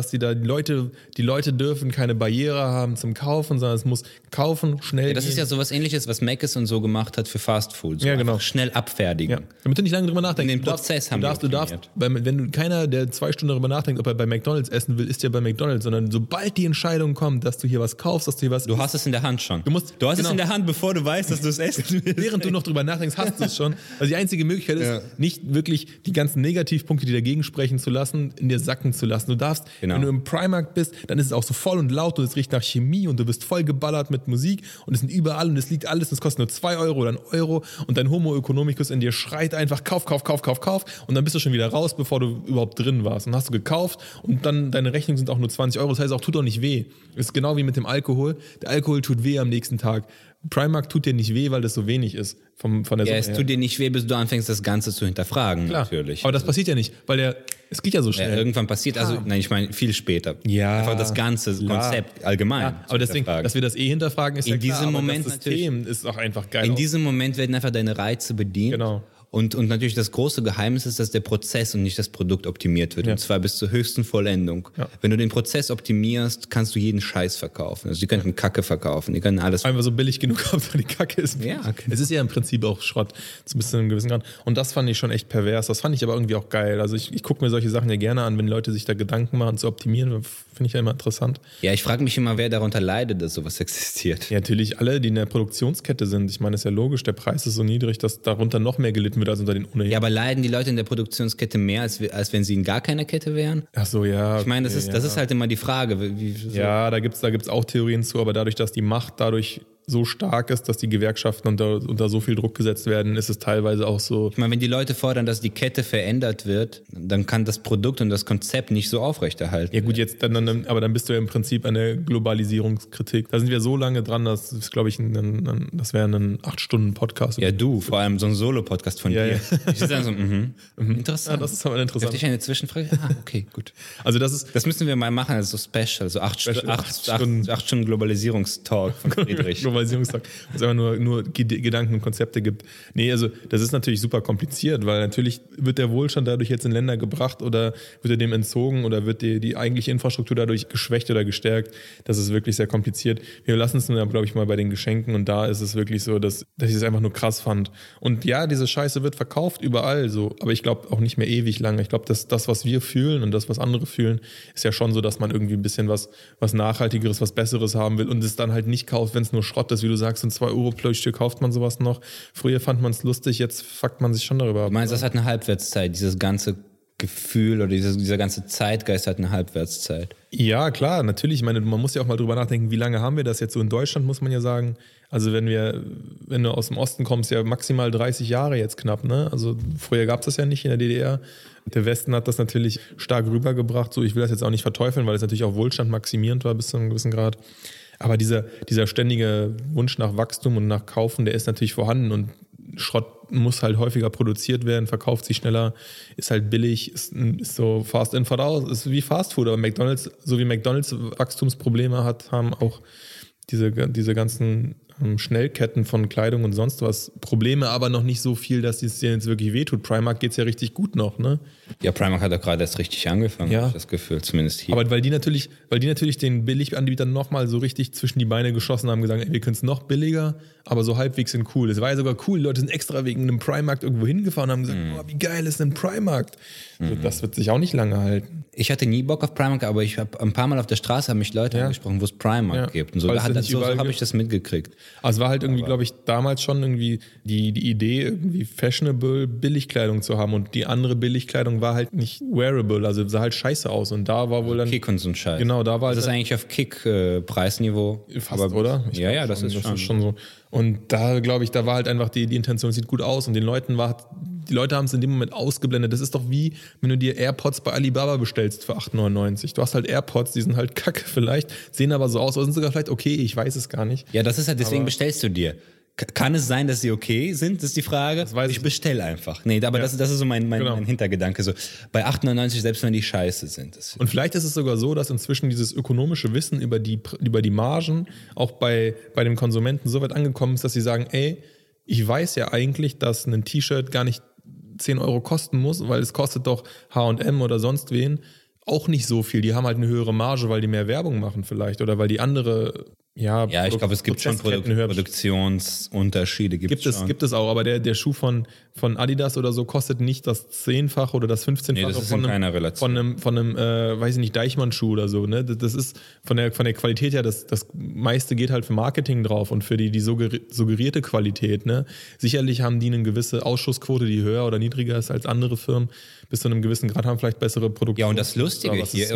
Speaker 1: Leute dürfen keine Barriere haben zum Kaufen, sondern es muss kaufen, schnell
Speaker 2: ja, das ist ja sowas Ähnliches, was Mc's und so gemacht hat für Fast Food. So
Speaker 1: ja, genau.
Speaker 2: Schnell abfertigen.
Speaker 1: Ja. Damit du nicht lange drüber nachdenkst.
Speaker 2: Den Prozess haben
Speaker 1: du darfst, wenn du keiner, der 2 Stunden darüber nachdenkt, ob er bei McDonald's essen will, isst ja bei McDonald's, sondern sobald die Entscheidung kommt, dass du hier was kaufst, dass du hier was
Speaker 2: Du hast es in der Hand schon.
Speaker 1: Du hast
Speaker 2: es in der Hand, bevor du weißt, dass du es essen willst.
Speaker 1: Während du noch drüber nachdenkst, hast du es schon. Also die einzige Möglichkeit ist, nicht wirklich die ganzen Negativpunkte, die dagegen sprechen zu lassen, in dir sacken zu lassen. Du darfst, wenn du im Primark bist, dann ist es auch so voll und laut und es riecht nach Chemie und du bist voll geballert mit Musik und es sind überall und es liegt alles und es kostet nur 2 Euro oder 1 Euro und dein Homo economicus in dir schreit einfach kauf und dann bist du schon wieder raus, bevor du überhaupt drin warst und hast du gekauft und dann deine Rechnungen sind auch nur 20 Euro, das heißt auch, tut auch nicht weh. Ist genau wie mit dem Alkohol. Der Alkohol tut weh am nächsten Tag. Primark tut dir nicht weh, weil das so wenig ist. Von der
Speaker 2: ja, es tut dir nicht weh, bis du anfängst, das Ganze zu hinterfragen. Klar, natürlich.
Speaker 1: Aber das passiert ja nicht, weil es geht ja so schnell.
Speaker 2: Ja, irgendwann passiert, ich meine viel später.
Speaker 1: Ja.
Speaker 2: Einfach das ganze Konzept allgemein.
Speaker 1: Ja, aber deswegen, dass wir das hinterfragen, ist
Speaker 2: in diesem Moment
Speaker 1: das System ist auch einfach geil.
Speaker 2: In diesem Moment werden einfach deine Reize bedient.
Speaker 1: Genau.
Speaker 2: Und natürlich das große Geheimnis ist, dass der Prozess und nicht das Produkt optimiert wird. Ja. Und zwar bis zur höchsten Vollendung. Ja. Wenn du den Prozess optimierst, kannst du jeden Scheiß verkaufen. Also die könnten Kacke verkaufen, die können alles.
Speaker 1: Einfach so billig genug, aber die Kacke ist. Ja, okay. Es ist ja im Prinzip auch Schrott, zu einem gewissen Grad. Und das fand ich schon echt pervers. Das fand ich aber irgendwie auch geil. Also ich gucke mir solche Sachen ja gerne an, wenn Leute sich da Gedanken machen zu optimieren, finde ich ja immer interessant.
Speaker 2: Ja, ich frage mich immer, wer darunter leidet, dass sowas existiert.
Speaker 1: Ja, natürlich alle, die in der Produktionskette sind. Ich meine, ist ja logisch, der Preis ist so niedrig, dass darunter noch mehr gelitten wird als unter den ohnehin.
Speaker 2: Ja, aber leiden die Leute in der Produktionskette mehr, als wenn sie in gar keiner Kette wären?
Speaker 1: Ach so, ja.
Speaker 2: Ich meine, das ist halt immer die Frage.
Speaker 1: Ja, da gibt's auch Theorien zu, aber dadurch, dass die Macht dadurch so stark ist, dass die Gewerkschaften unter so viel Druck gesetzt werden, ist es teilweise auch so.
Speaker 2: Ich meine, wenn die Leute fordern, dass die Kette verändert wird, dann kann das Produkt und das Konzept nicht so aufrechterhalten.
Speaker 1: Ja gut, aber dann bist du ja im Prinzip eine Globalisierungskritik. Da sind wir so lange dran, das ist, glaube ich, das wäre ein 8-Stunden-Podcast.
Speaker 2: Ja, du, vor allem so ein Solo-Podcast von dir. Ja. Ich sitze dann so, interessant.
Speaker 1: Ja, das ist aber interessant.
Speaker 2: Darf ich eine Zwischenfrage? Okay, gut.
Speaker 1: Also das
Speaker 2: müssen wir mal machen, also so Special, so 8 Stunden Globalisierungstalk von Friedrich.
Speaker 1: Globalisierungstag, wo es einfach nur Gedanken und Konzepte gibt. Nee, also das ist natürlich super kompliziert, weil natürlich wird der Wohlstand dadurch jetzt in Länder gebracht oder wird er dem entzogen oder wird die eigentliche Infrastruktur dadurch geschwächt oder gestärkt. Das ist wirklich sehr kompliziert. Wir lassen es nur, glaube ich, mal bei den Geschenken und da ist es wirklich so, dass ich es einfach nur krass fand. Und ja, diese Scheiße wird verkauft überall so, aber ich glaube auch nicht mehr ewig lange. Ich glaube, dass das, was wir fühlen und das, was andere fühlen, ist ja schon so, dass man irgendwie ein bisschen was Nachhaltigeres, was Besseres haben will und es dann halt nicht kauft, wenn es nur Schrott Schrott ist, wie du sagst, und 2 Euro pro Stück kauft man sowas noch. Früher fand man es lustig, jetzt fuckt man sich schon darüber ab.
Speaker 2: Du meinst, das hat eine Halbwertszeit, dieses ganze Gefühl oder dieser ganze Zeitgeist hat eine Halbwertszeit.
Speaker 1: Ja, klar, natürlich. Ich meine, man muss ja auch mal drüber nachdenken, wie lange haben wir das jetzt so in Deutschland, muss man ja sagen. Also wenn du aus dem Osten kommst, ja maximal 30 Jahre jetzt knapp, ne? Also früher gab es das ja nicht in der DDR. Der Westen hat das natürlich stark rübergebracht. So, ich will das jetzt auch nicht verteufeln, weil es natürlich auch Wohlstand maximierend war bis zu einem gewissen Grad. Aber dieser ständige Wunsch nach Wachstum und nach Kaufen, der ist natürlich vorhanden und Schrott muss halt häufiger produziert werden, verkauft sich schneller, ist halt billig, ist so fast in, voraus, ist wie Fast Food, aber McDonald's, so wie McDonald's Wachstumsprobleme haben auch diese ganzen Schnellketten von Kleidung und sonst was Probleme, aber noch nicht so viel, dass es jetzt wirklich wehtut. Primark geht es ja richtig gut noch, ne?
Speaker 2: Ja, Primark hat doch gerade erst richtig angefangen, habe ich das Gefühl, zumindest hier.
Speaker 1: Aber weil die natürlich den Billiganbietern nochmal so richtig zwischen die Beine geschossen haben, gesagt, ey, wir können es noch billiger, aber so halbwegs sind cool. Es war ja sogar cool, die Leute sind extra wegen einem Primark irgendwo hingefahren und haben gesagt, boah, wie geil ist denn Primark? Also, das wird sich auch nicht lange halten.
Speaker 2: Ich hatte nie Bock auf Primark, aber ich habe ein paar Mal auf der Straße haben mich Leute angesprochen, wo es Primark gibt. Und so habe ich das mitgekriegt.
Speaker 1: Also es war halt irgendwie, glaube ich, damals schon irgendwie die Idee, irgendwie fashionable Billigkleidung zu haben und die andere Billigkleidung war halt nicht wearable, also sah halt scheiße aus und da war wohl dann...
Speaker 2: Kick und so ein Scheiß.
Speaker 1: Genau, da war
Speaker 2: das ist eigentlich auf Kick-Preisniveau.
Speaker 1: Fast, aber, oder?
Speaker 2: Ja, das ist schon
Speaker 1: so. Und da, glaube ich, da war halt einfach die Intention, sieht gut aus und die Leute haben es in dem Moment ausgeblendet. Das ist doch wie, wenn du dir AirPods bei Alibaba bestellst für 8,99. Du hast halt AirPods, die sind halt kacke vielleicht, sehen aber so aus, oder sind sogar vielleicht okay, ich weiß es gar nicht.
Speaker 2: Ja, das ist halt, deswegen bestellst du dir. Kann es sein, dass sie okay sind, das ist die Frage. Ich bestelle einfach. Nee, aber das ist so mein Hintergedanke. So, bei 8,99, selbst wenn die scheiße sind.
Speaker 1: Und vielleicht ist es sogar so, dass inzwischen dieses ökonomische Wissen über die Margen auch bei den Konsumenten so weit angekommen ist, dass sie sagen, ey, ich weiß ja eigentlich, dass ein T-Shirt gar nicht 10 Euro kosten muss, weil es kostet doch H&M oder sonst wen auch nicht so viel. Die haben halt eine höhere Marge, weil die mehr Werbung machen vielleicht oder weil die andere... Ja,
Speaker 2: ich glaube, es gibt schon Produktionsunterschiede.
Speaker 1: Gibt es auch, aber der Schuh von Adidas oder so kostet nicht das 10-fache oder das 15-fache
Speaker 2: von einem
Speaker 1: weiß ich nicht, Deichmann-Schuh oder so. Ne? Das ist von der Qualität her, das meiste geht halt für Marketing drauf und für die suggerierte Qualität. Ne? Sicherlich haben die eine gewisse Ausschussquote, die höher oder niedriger ist als andere Firmen. Bis zu einem gewissen Grad haben vielleicht bessere Produkte.
Speaker 2: Ja, und das Lustige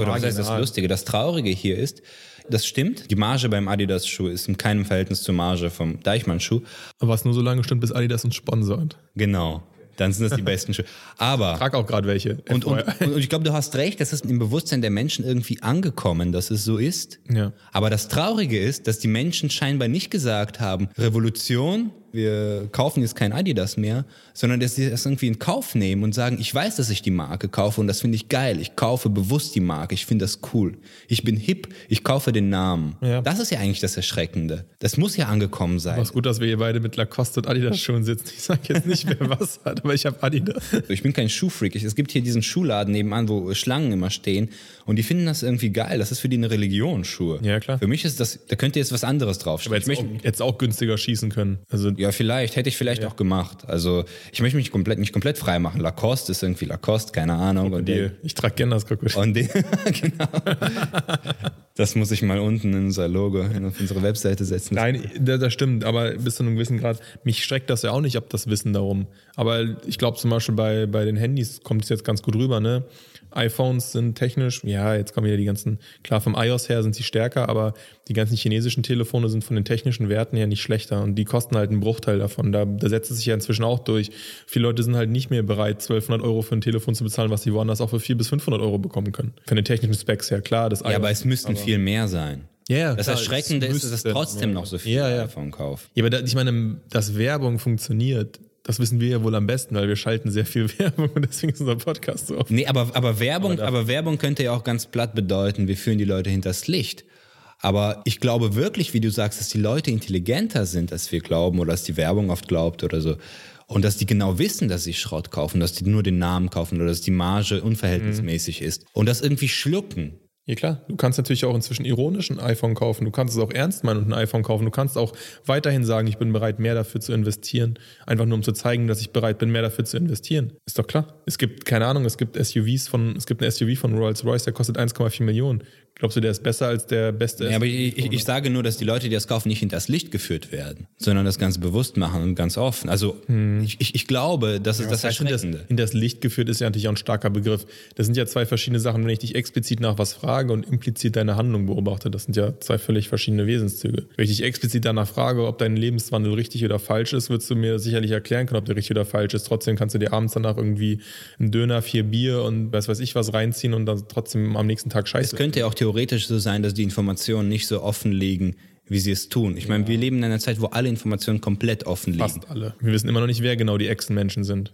Speaker 2: das Traurige hier ist, das stimmt. Die Marge beim Adidas-Schuh ist in keinem Verhältnis zur Marge vom Deichmann-Schuh.
Speaker 1: Aber was nur so lange stimmt, bis Adidas uns sponsort.
Speaker 2: Genau. Dann sind das die besten Schuhe. Aber...
Speaker 1: Ich trage auch gerade welche.
Speaker 2: Und ich glaube, du hast recht, das ist im Bewusstsein der Menschen irgendwie angekommen, dass es so ist.
Speaker 1: Ja.
Speaker 2: Aber das Traurige ist, dass die Menschen scheinbar nicht gesagt haben, Revolution, wir kaufen jetzt kein Adidas mehr, sondern dass sie das irgendwie in Kauf nehmen und sagen, ich weiß, dass ich die Marke kaufe und das finde ich geil. Ich kaufe bewusst die Marke, ich finde das cool. Ich bin hip, ich kaufe den Namen. Ja. Das ist ja eigentlich das Erschreckende. Das muss ja angekommen sein.
Speaker 1: Es ist gut, dass wir hier beide mit Lacoste und Adidas Schuhen sitzen. Ich sage jetzt nicht, wer was hat, aber ich habe Adidas.
Speaker 2: Ich bin kein Schuhfreak. Es gibt hier diesen Schuhladen nebenan, wo Schlangen immer stehen und die finden das irgendwie geil. Das ist für die eine Religion, Schuhe.
Speaker 1: Ja, klar.
Speaker 2: Für mich ist das, da könnte jetzt was anderes draufstehen.
Speaker 1: Aber jetzt auch günstiger schießen können. Also
Speaker 2: ja, hätte ich vielleicht auch gemacht. Also ich möchte mich nicht komplett frei machen. Lacoste ist irgendwie Lacoste, keine Ahnung.
Speaker 1: Ich trage gerne das Krokodil.
Speaker 2: Und genau. Das muss ich mal unten in unser Logo, auf unsere Webseite setzen.
Speaker 1: Nein, das stimmt, aber bis zu einem gewissen Grad, mich schreckt das ja auch nicht ab, das Wissen darum. Aber ich glaube zum Beispiel bei den Handys kommt es jetzt ganz gut rüber, ne? iPhones sind technisch, ja, jetzt kommen wieder die ganzen, klar vom iOS her sind sie stärker, aber die ganzen chinesischen Telefone sind von den technischen Werten her nicht schlechter und die kosten halt einen Bruchteil davon. Da setzt es sich ja inzwischen auch durch. Viele Leute sind halt nicht mehr bereit, 1.200 Euro für ein Telefon zu bezahlen, was sie woanders auch für 400 bis 500 Euro bekommen können. Von den technischen Specs her, klar. Das
Speaker 2: ja, aber es müssten viel mehr sein.
Speaker 1: Ja,
Speaker 2: das Erschreckende ist, dass es trotzdem noch so viel iPhone kauft.
Speaker 1: Ja, aber ich meine, dass Werbung funktioniert, das wissen wir ja wohl am besten, weil wir schalten sehr viel Werbung und deswegen ist unser Podcast so oft.
Speaker 2: Nee, aber Werbung könnte ja auch ganz platt bedeuten, wir führen die Leute hinters Licht. Aber ich glaube wirklich, wie du sagst, dass die Leute intelligenter sind, als wir glauben oder als die Werbung oft glaubt oder so. Und dass die genau wissen, dass sie Schrott kaufen, dass die nur den Namen kaufen oder dass die Marge unverhältnismäßig ist. Und das irgendwie schlucken.
Speaker 1: Ja klar, du kannst natürlich auch inzwischen ironisch ein iPhone kaufen, du kannst es auch ernst meinen und ein iPhone kaufen, du kannst auch weiterhin sagen, ich bin bereit, mehr dafür zu investieren, einfach nur um zu zeigen, dass ich bereit bin, mehr dafür zu investieren. Ist doch klar. Es gibt, keine Ahnung, es gibt ein SUV von Rolls-Royce, der kostet 1,4 Millionen. Glaubst du, der ist besser als der beste?
Speaker 2: Ja, aber ich sage nur, dass die Leute, die das kaufen, nicht hinters Licht geführt werden, sondern das ganz bewusst machen und ganz offen. Also ich glaube, das ist das Erschreckende.
Speaker 1: Hinters Licht geführt ist ja natürlich auch ein starker Begriff. Das sind ja zwei verschiedene Sachen. Wenn ich dich explizit nach was frage und implizit deine Handlung beobachte, das sind ja zwei völlig verschiedene Wesenszüge. Wenn ich dich explizit danach frage, ob dein Lebenswandel richtig oder falsch ist, würdest du mir sicherlich erklären können, ob der richtig oder falsch ist. Trotzdem kannst du dir abends danach irgendwie einen Döner, 4 Bier und was weiß ich was reinziehen und dann trotzdem am nächsten Tag scheiße.
Speaker 2: Es könnte ja auch theoretisch so sein, dass die Informationen nicht so offen liegen, wie sie es tun. Ich meine, wir leben in einer Zeit, wo alle Informationen komplett offen liegen.
Speaker 1: Fast alle. Wir wissen immer noch nicht, wer genau die Echsenmenschen sind.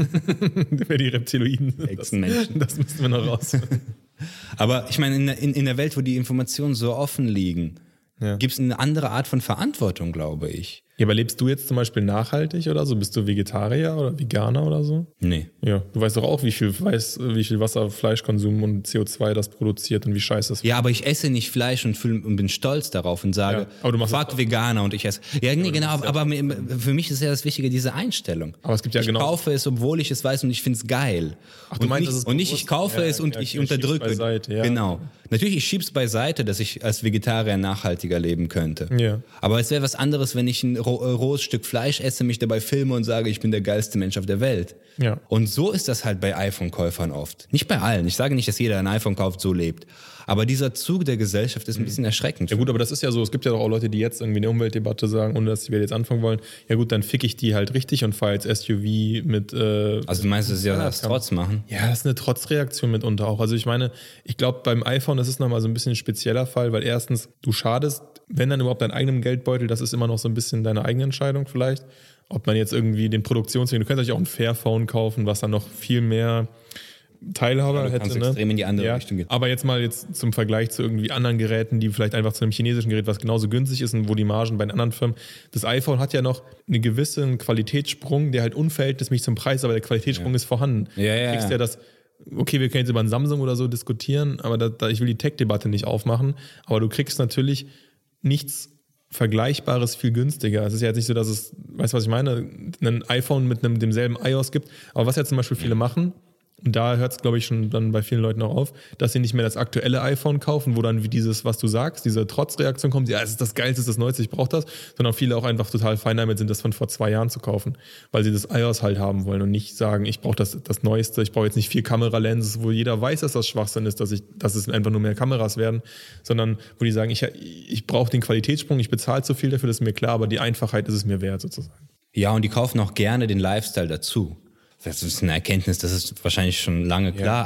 Speaker 1: Wer die Reptiloiden sind.
Speaker 2: Echsenmenschen.
Speaker 1: Das müssten wir noch rausfinden.
Speaker 2: Aber ich meine, in der Welt, wo die Informationen so offen liegen, gibt es eine andere Art von Verantwortung, glaube ich.
Speaker 1: Ja, aber lebst du jetzt zum Beispiel nachhaltig oder so? Bist du Vegetarier oder Veganer oder so?
Speaker 2: Nee.
Speaker 1: Ja, du weißt doch auch, wie viel Wasser, Fleischkonsum und CO2 das produziert und wie scheiße das ist.
Speaker 2: Ja, aber ich esse nicht Fleisch und bin stolz darauf und sage, fragt Veganer und ich esse. Ja, nee, genau, aber für mich ist ja das Wichtige diese Einstellung.
Speaker 1: Aber es gibt ja
Speaker 2: ich kaufe es, obwohl ich es weiß und ich finde es geil.
Speaker 1: Ach, du meinst,
Speaker 2: ich kaufe es und ich unterdrücke.
Speaker 1: Beiseite, ja.
Speaker 2: Genau. Natürlich, ich schieb's beiseite, dass ich als Vegetarier nachhaltiger leben könnte.
Speaker 1: Ja.
Speaker 2: Aber es wäre was anderes, wenn ich ein rohes Stück Fleisch esse, mich dabei filme und sage, ich bin der geilste Mensch auf der Welt.
Speaker 1: Ja.
Speaker 2: Und so ist das halt bei iPhone-Käufern oft. Nicht bei allen. Ich sage nicht, dass jeder ein iPhone kauft, so lebt. Aber dieser Zug der Gesellschaft ist ein bisschen erschreckend.
Speaker 1: Ja gut, aber das ist ja so, es gibt ja doch auch Leute, die jetzt irgendwie eine Umweltdebatte sagen, ohne dass wir jetzt anfangen wollen, ja gut, dann fick ich die halt richtig und fahre jetzt SUV mit...
Speaker 2: also du meinst, das ist ja das Trotz machen?
Speaker 1: Ja, das ist eine Trotzreaktion mitunter auch. Also ich meine, ich glaube beim iPhone, das ist nochmal so ein bisschen ein spezieller Fall, weil erstens, du schadest, wenn dann überhaupt deinen eigenen Geldbeutel, das ist immer noch so ein bisschen deine eigene Entscheidung vielleicht. Ob man jetzt irgendwie den Produktionsweg, du könntest euch auch ein Fairphone kaufen, was dann noch viel mehr... Teilhaber hätte, ne?
Speaker 2: Extrem in die andere Richtung gehen.
Speaker 1: Aber jetzt mal zum Vergleich zu irgendwie anderen Geräten, die vielleicht einfach zu einem chinesischen Gerät, was genauso günstig ist und wo die Margen bei den anderen Firmen. Das iPhone hat ja noch einen gewissen Qualitätssprung, der halt unverhältnismäßig zum Preis, aber der Qualitätssprung ist vorhanden.
Speaker 2: Ja.
Speaker 1: Du kriegst ja das, okay, wir können jetzt über ein Samsung oder so diskutieren, aber ich will die Tech-Debatte nicht aufmachen, aber du kriegst natürlich nichts Vergleichbares viel günstiger. Es ist ja jetzt nicht so, dass es, weißt du, was ich meine, ein iPhone mit demselben iOS gibt, aber was ja zum Beispiel viele machen, und da hört es, glaube ich, schon dann bei vielen Leuten auch auf, dass sie nicht mehr das aktuelle iPhone kaufen, wo dann wie dieses, was du sagst, diese Trotzreaktion kommt, ja, es ist das Geilste, es ist das Neueste, ich brauche das, sondern viele auch einfach total fein damit sind, das von vor 2 Jahren zu kaufen, weil sie das iOS halt haben wollen und nicht sagen, ich brauche das Neueste, ich brauche jetzt nicht 4 Kameralenses, wo jeder weiß, dass das Schwachsinn ist, dass es einfach nur mehr Kameras werden, sondern wo die sagen, ich brauche den Qualitätssprung, ich bezahle zu viel dafür, das ist mir klar, aber die Einfachheit ist es mir wert sozusagen.
Speaker 2: Ja, und die kaufen auch gerne den Lifestyle dazu. Das ist eine Erkenntnis, das ist wahrscheinlich schon lange klar,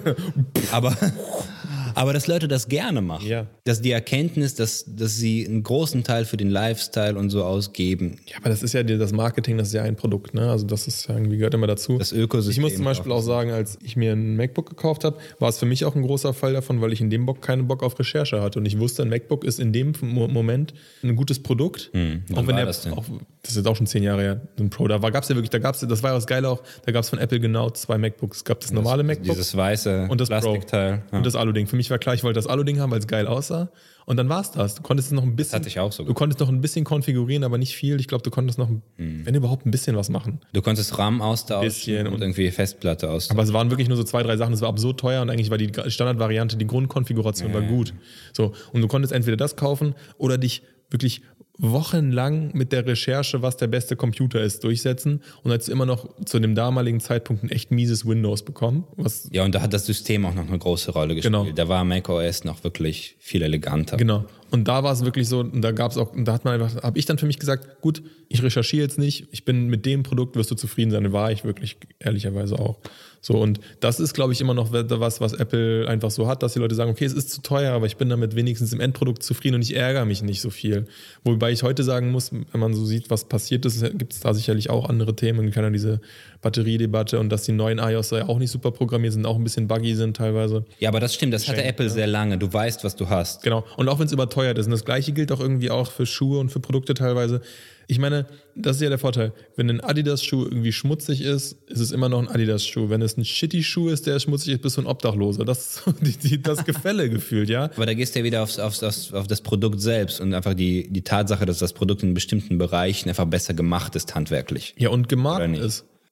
Speaker 2: aber dass Leute das gerne machen.
Speaker 1: Ja.
Speaker 2: Dass die Erkenntnis, dass sie einen großen Teil für den Lifestyle und so ausgeben.
Speaker 1: Ja, aber das ist ja das Marketing, das ist ja ein Produkt, ne? Also das ist ja irgendwie, gehört immer dazu.
Speaker 2: Das Ökosystem.
Speaker 1: Ich muss zum Beispiel auch sagen, als ich mir ein MacBook gekauft habe, war es für mich auch ein großer Fall davon, weil ich in dem Bock keinen Bock auf Recherche hatte. Und ich wusste, ein MacBook ist in dem Moment ein gutes Produkt.
Speaker 2: Auch wenn das
Speaker 1: ist jetzt auch schon 10 Jahre her, ein Pro. Das war ja das Geile auch, da gab es von Apple genau 2 MacBooks. Es gab das normale MacBook.
Speaker 2: Dieses weiße
Speaker 1: und das
Speaker 2: Plastikteil.
Speaker 1: Pro. Und das Alu-Ding. Für mich war klar, ich wollte das Alu-Ding haben, weil es geil aussah. Und dann war es das. Du konntest noch ein bisschen.
Speaker 2: Das hatte ich auch so.
Speaker 1: Du konntest noch ein bisschen konfigurieren, aber nicht viel. Ich glaube, du konntest noch, wenn überhaupt, ein bisschen was machen.
Speaker 2: Du konntest RAM austauschen und irgendwie Festplatte austauschen.
Speaker 1: Aber es waren wirklich nur so 2, 3 Sachen. Es war absurd teuer und eigentlich war die Standardvariante, die Grundkonfiguration war gut. So. Und du konntest entweder das kaufen oder dich wirklich wochenlang mit der Recherche, was der beste Computer ist, durchsetzen und hast immer noch zu dem damaligen Zeitpunkt ein echt mieses Windows bekommen.
Speaker 2: Ja, und da hat das System auch noch eine große Rolle gespielt.
Speaker 1: Genau.
Speaker 2: Da war macOS noch wirklich viel eleganter.
Speaker 1: Genau. Und da war es wirklich so, und da gab es auch, und da habe ich dann für mich gesagt, gut, ich recherchiere jetzt nicht, ich bin mit dem Produkt, wirst du zufrieden sein. War ich wirklich ehrlicherweise auch. So, und das ist, glaube ich, immer noch was Apple einfach so hat, dass die Leute sagen, okay, es ist zu teuer, aber ich bin damit wenigstens im Endprodukt zufrieden und ich ärgere mich nicht so viel. Wobei ich heute sagen muss, wenn man so sieht, was passiert ist, gibt es da sicherlich auch andere Themen. Wir kennen ja diese Batteriedebatte und dass die neuen iOS ja auch nicht super programmiert sind, auch ein bisschen buggy sind teilweise.
Speaker 2: Ja, aber das stimmt, das hatte Apple sehr lange. Du weißt, was du hast.
Speaker 1: Genau. Und auch wenn es überteuert ist. Und das Gleiche gilt auch irgendwie auch für Schuhe und für Produkte teilweise. Ich meine, das ist ja der Vorteil. Wenn ein Adidas-Schuh irgendwie schmutzig ist, ist es immer noch ein Adidas-Schuh. Wenn es ein Shitty-Schuh ist, der schmutzig ist, bist du ein Obdachloser. Das ist so das Gefälle gefühlt, ja.
Speaker 2: Aber da gehst du ja wieder auf das Produkt selbst und einfach die Tatsache, dass das Produkt in bestimmten Bereichen einfach besser gemacht ist, handwerklich.
Speaker 1: Ja, und gemarkt ist.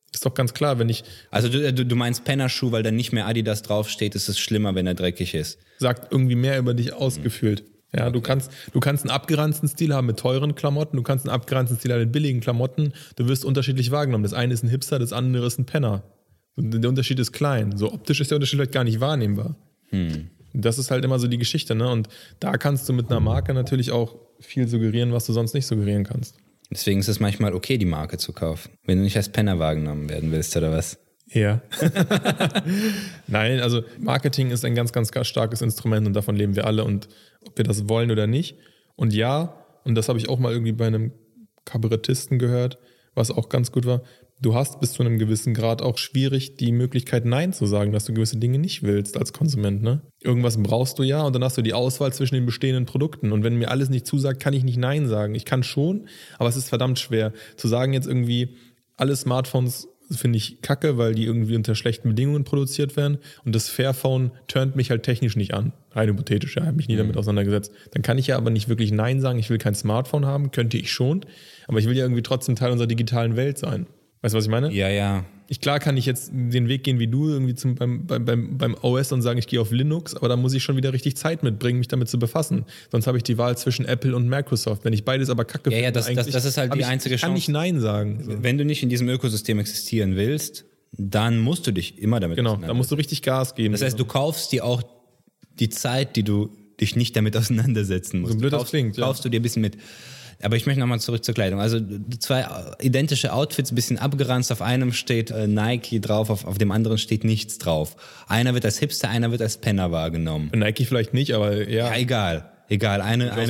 Speaker 1: Ist doch ganz klar, wenn ich...
Speaker 2: Also du meinst Pennerschuh, weil dann nicht mehr Adidas draufsteht, ist es schlimmer, wenn er dreckig ist.
Speaker 1: Sagt irgendwie mehr über dich ausgefühlt. Ja, okay. Du kannst einen abgeranzten Stil haben mit teuren Klamotten, du kannst einen abgeranzten Stil haben mit billigen Klamotten. Du wirst unterschiedlich wahrgenommen. Das eine ist ein Hipster, das andere ist ein Penner. Der Unterschied ist klein. So optisch ist der Unterschied vielleicht gar nicht wahrnehmbar. Das ist halt immer so die Geschichte, ne? Und da kannst du mit einer Marke natürlich auch viel suggerieren, was du sonst nicht suggerieren kannst.
Speaker 2: Deswegen ist es manchmal okay, die Marke zu kaufen, wenn du nicht als Penner wahrgenommen werden willst, oder was?
Speaker 1: Ja. Nein, also Marketing ist ein ganz, ganz starkes Instrument und davon leben wir alle und ob wir das wollen oder nicht. Und ja, und das habe ich auch mal irgendwie bei einem Kabarettisten gehört, was auch ganz gut war, du hast bis zu einem gewissen Grad auch schwierig die Möglichkeit, Nein zu sagen, dass du gewisse Dinge nicht willst als Konsument. Ne? Irgendwas brauchst du ja und dann hast du die Auswahl zwischen den bestehenden Produkten. Und wenn mir alles nicht zusagt, kann ich nicht Nein sagen. Ich kann schon, aber es ist verdammt schwer. Zu sagen jetzt irgendwie, alle Smartphones finde ich kacke, weil die irgendwie unter schlechten Bedingungen produziert werden und das Fairphone turnt mich halt technisch nicht an. Rein hypothetisch, ja, habe mich nie damit auseinandergesetzt. Dann kann ich ja aber nicht wirklich Nein sagen, ich will kein Smartphone haben, könnte ich schon, aber ich will ja irgendwie trotzdem Teil unserer digitalen Welt sein. Weißt du, was ich meine?
Speaker 2: Ja.
Speaker 1: Klar kann ich jetzt den Weg gehen wie du, irgendwie beim OS und sagen, ich gehe auf Linux, aber da muss ich schon wieder richtig Zeit mitbringen, mich damit zu befassen. Sonst habe ich die Wahl zwischen Apple und Microsoft. Wenn ich beides aber kacke finde,
Speaker 2: das ist halt die einzige
Speaker 1: Chance. Ich kann nicht Nein sagen. So.
Speaker 2: Wenn du nicht in diesem Ökosystem existieren willst, dann musst du dich immer damit
Speaker 1: auseinandersetzen. Genau, da musst du richtig Gas geben.
Speaker 2: Das heißt, du kaufst dir auch die Zeit, die du dich nicht damit auseinandersetzen musst.
Speaker 1: So blöd das klingt,
Speaker 2: kaufst du dir ein bisschen mit. Aber ich möchte nochmal zurück zur Kleidung. Also 2 identische Outfits, ein bisschen abgeranzt. Auf einem steht Nike drauf, auf dem anderen steht nichts drauf. Einer wird als Hipster, einer wird als Penner wahrgenommen.
Speaker 1: Nike vielleicht nicht, aber ja.
Speaker 2: Ja, egal.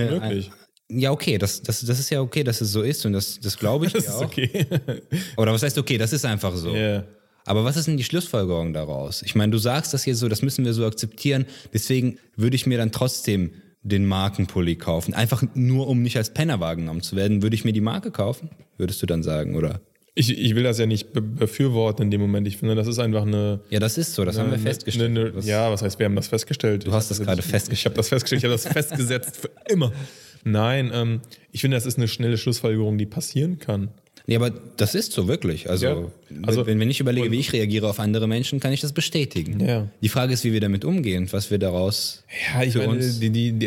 Speaker 2: Ja, okay, das ist ja okay, dass es so ist und das glaube ich dir auch.
Speaker 1: Das ist okay.
Speaker 2: Oder was heißt okay, das ist einfach so.
Speaker 1: Yeah.
Speaker 2: Aber was ist denn die Schlussfolgerung daraus? Ich meine, du sagst das hier so, das müssen wir so akzeptieren. Deswegen würde ich mir dann trotzdem den Markenpulli kaufen. Einfach nur, um nicht als Penner wahrgenommen zu werden, würde ich mir die Marke kaufen? Würdest du dann sagen, oder?
Speaker 1: Ich will das ja nicht befürworten in dem Moment. Ich finde, das ist einfach eine...
Speaker 2: Ja, das ist so, das haben wir festgestellt.
Speaker 1: Ja, was heißt, wir haben das festgestellt?
Speaker 2: Du hast das gerade festgestellt.
Speaker 1: Ich habe das festgestellt, ich habe das festgesetzt für immer. Nein, ich finde, das ist eine schnelle Schlussfolgerung, die passieren kann.
Speaker 2: Nee, aber das ist so wirklich. Also wenn ich überlege, wie ich reagiere auf andere Menschen, kann ich das bestätigen.
Speaker 1: Ja.
Speaker 2: Die Frage ist, wie wir damit umgehen und was wir daraus
Speaker 1: uns...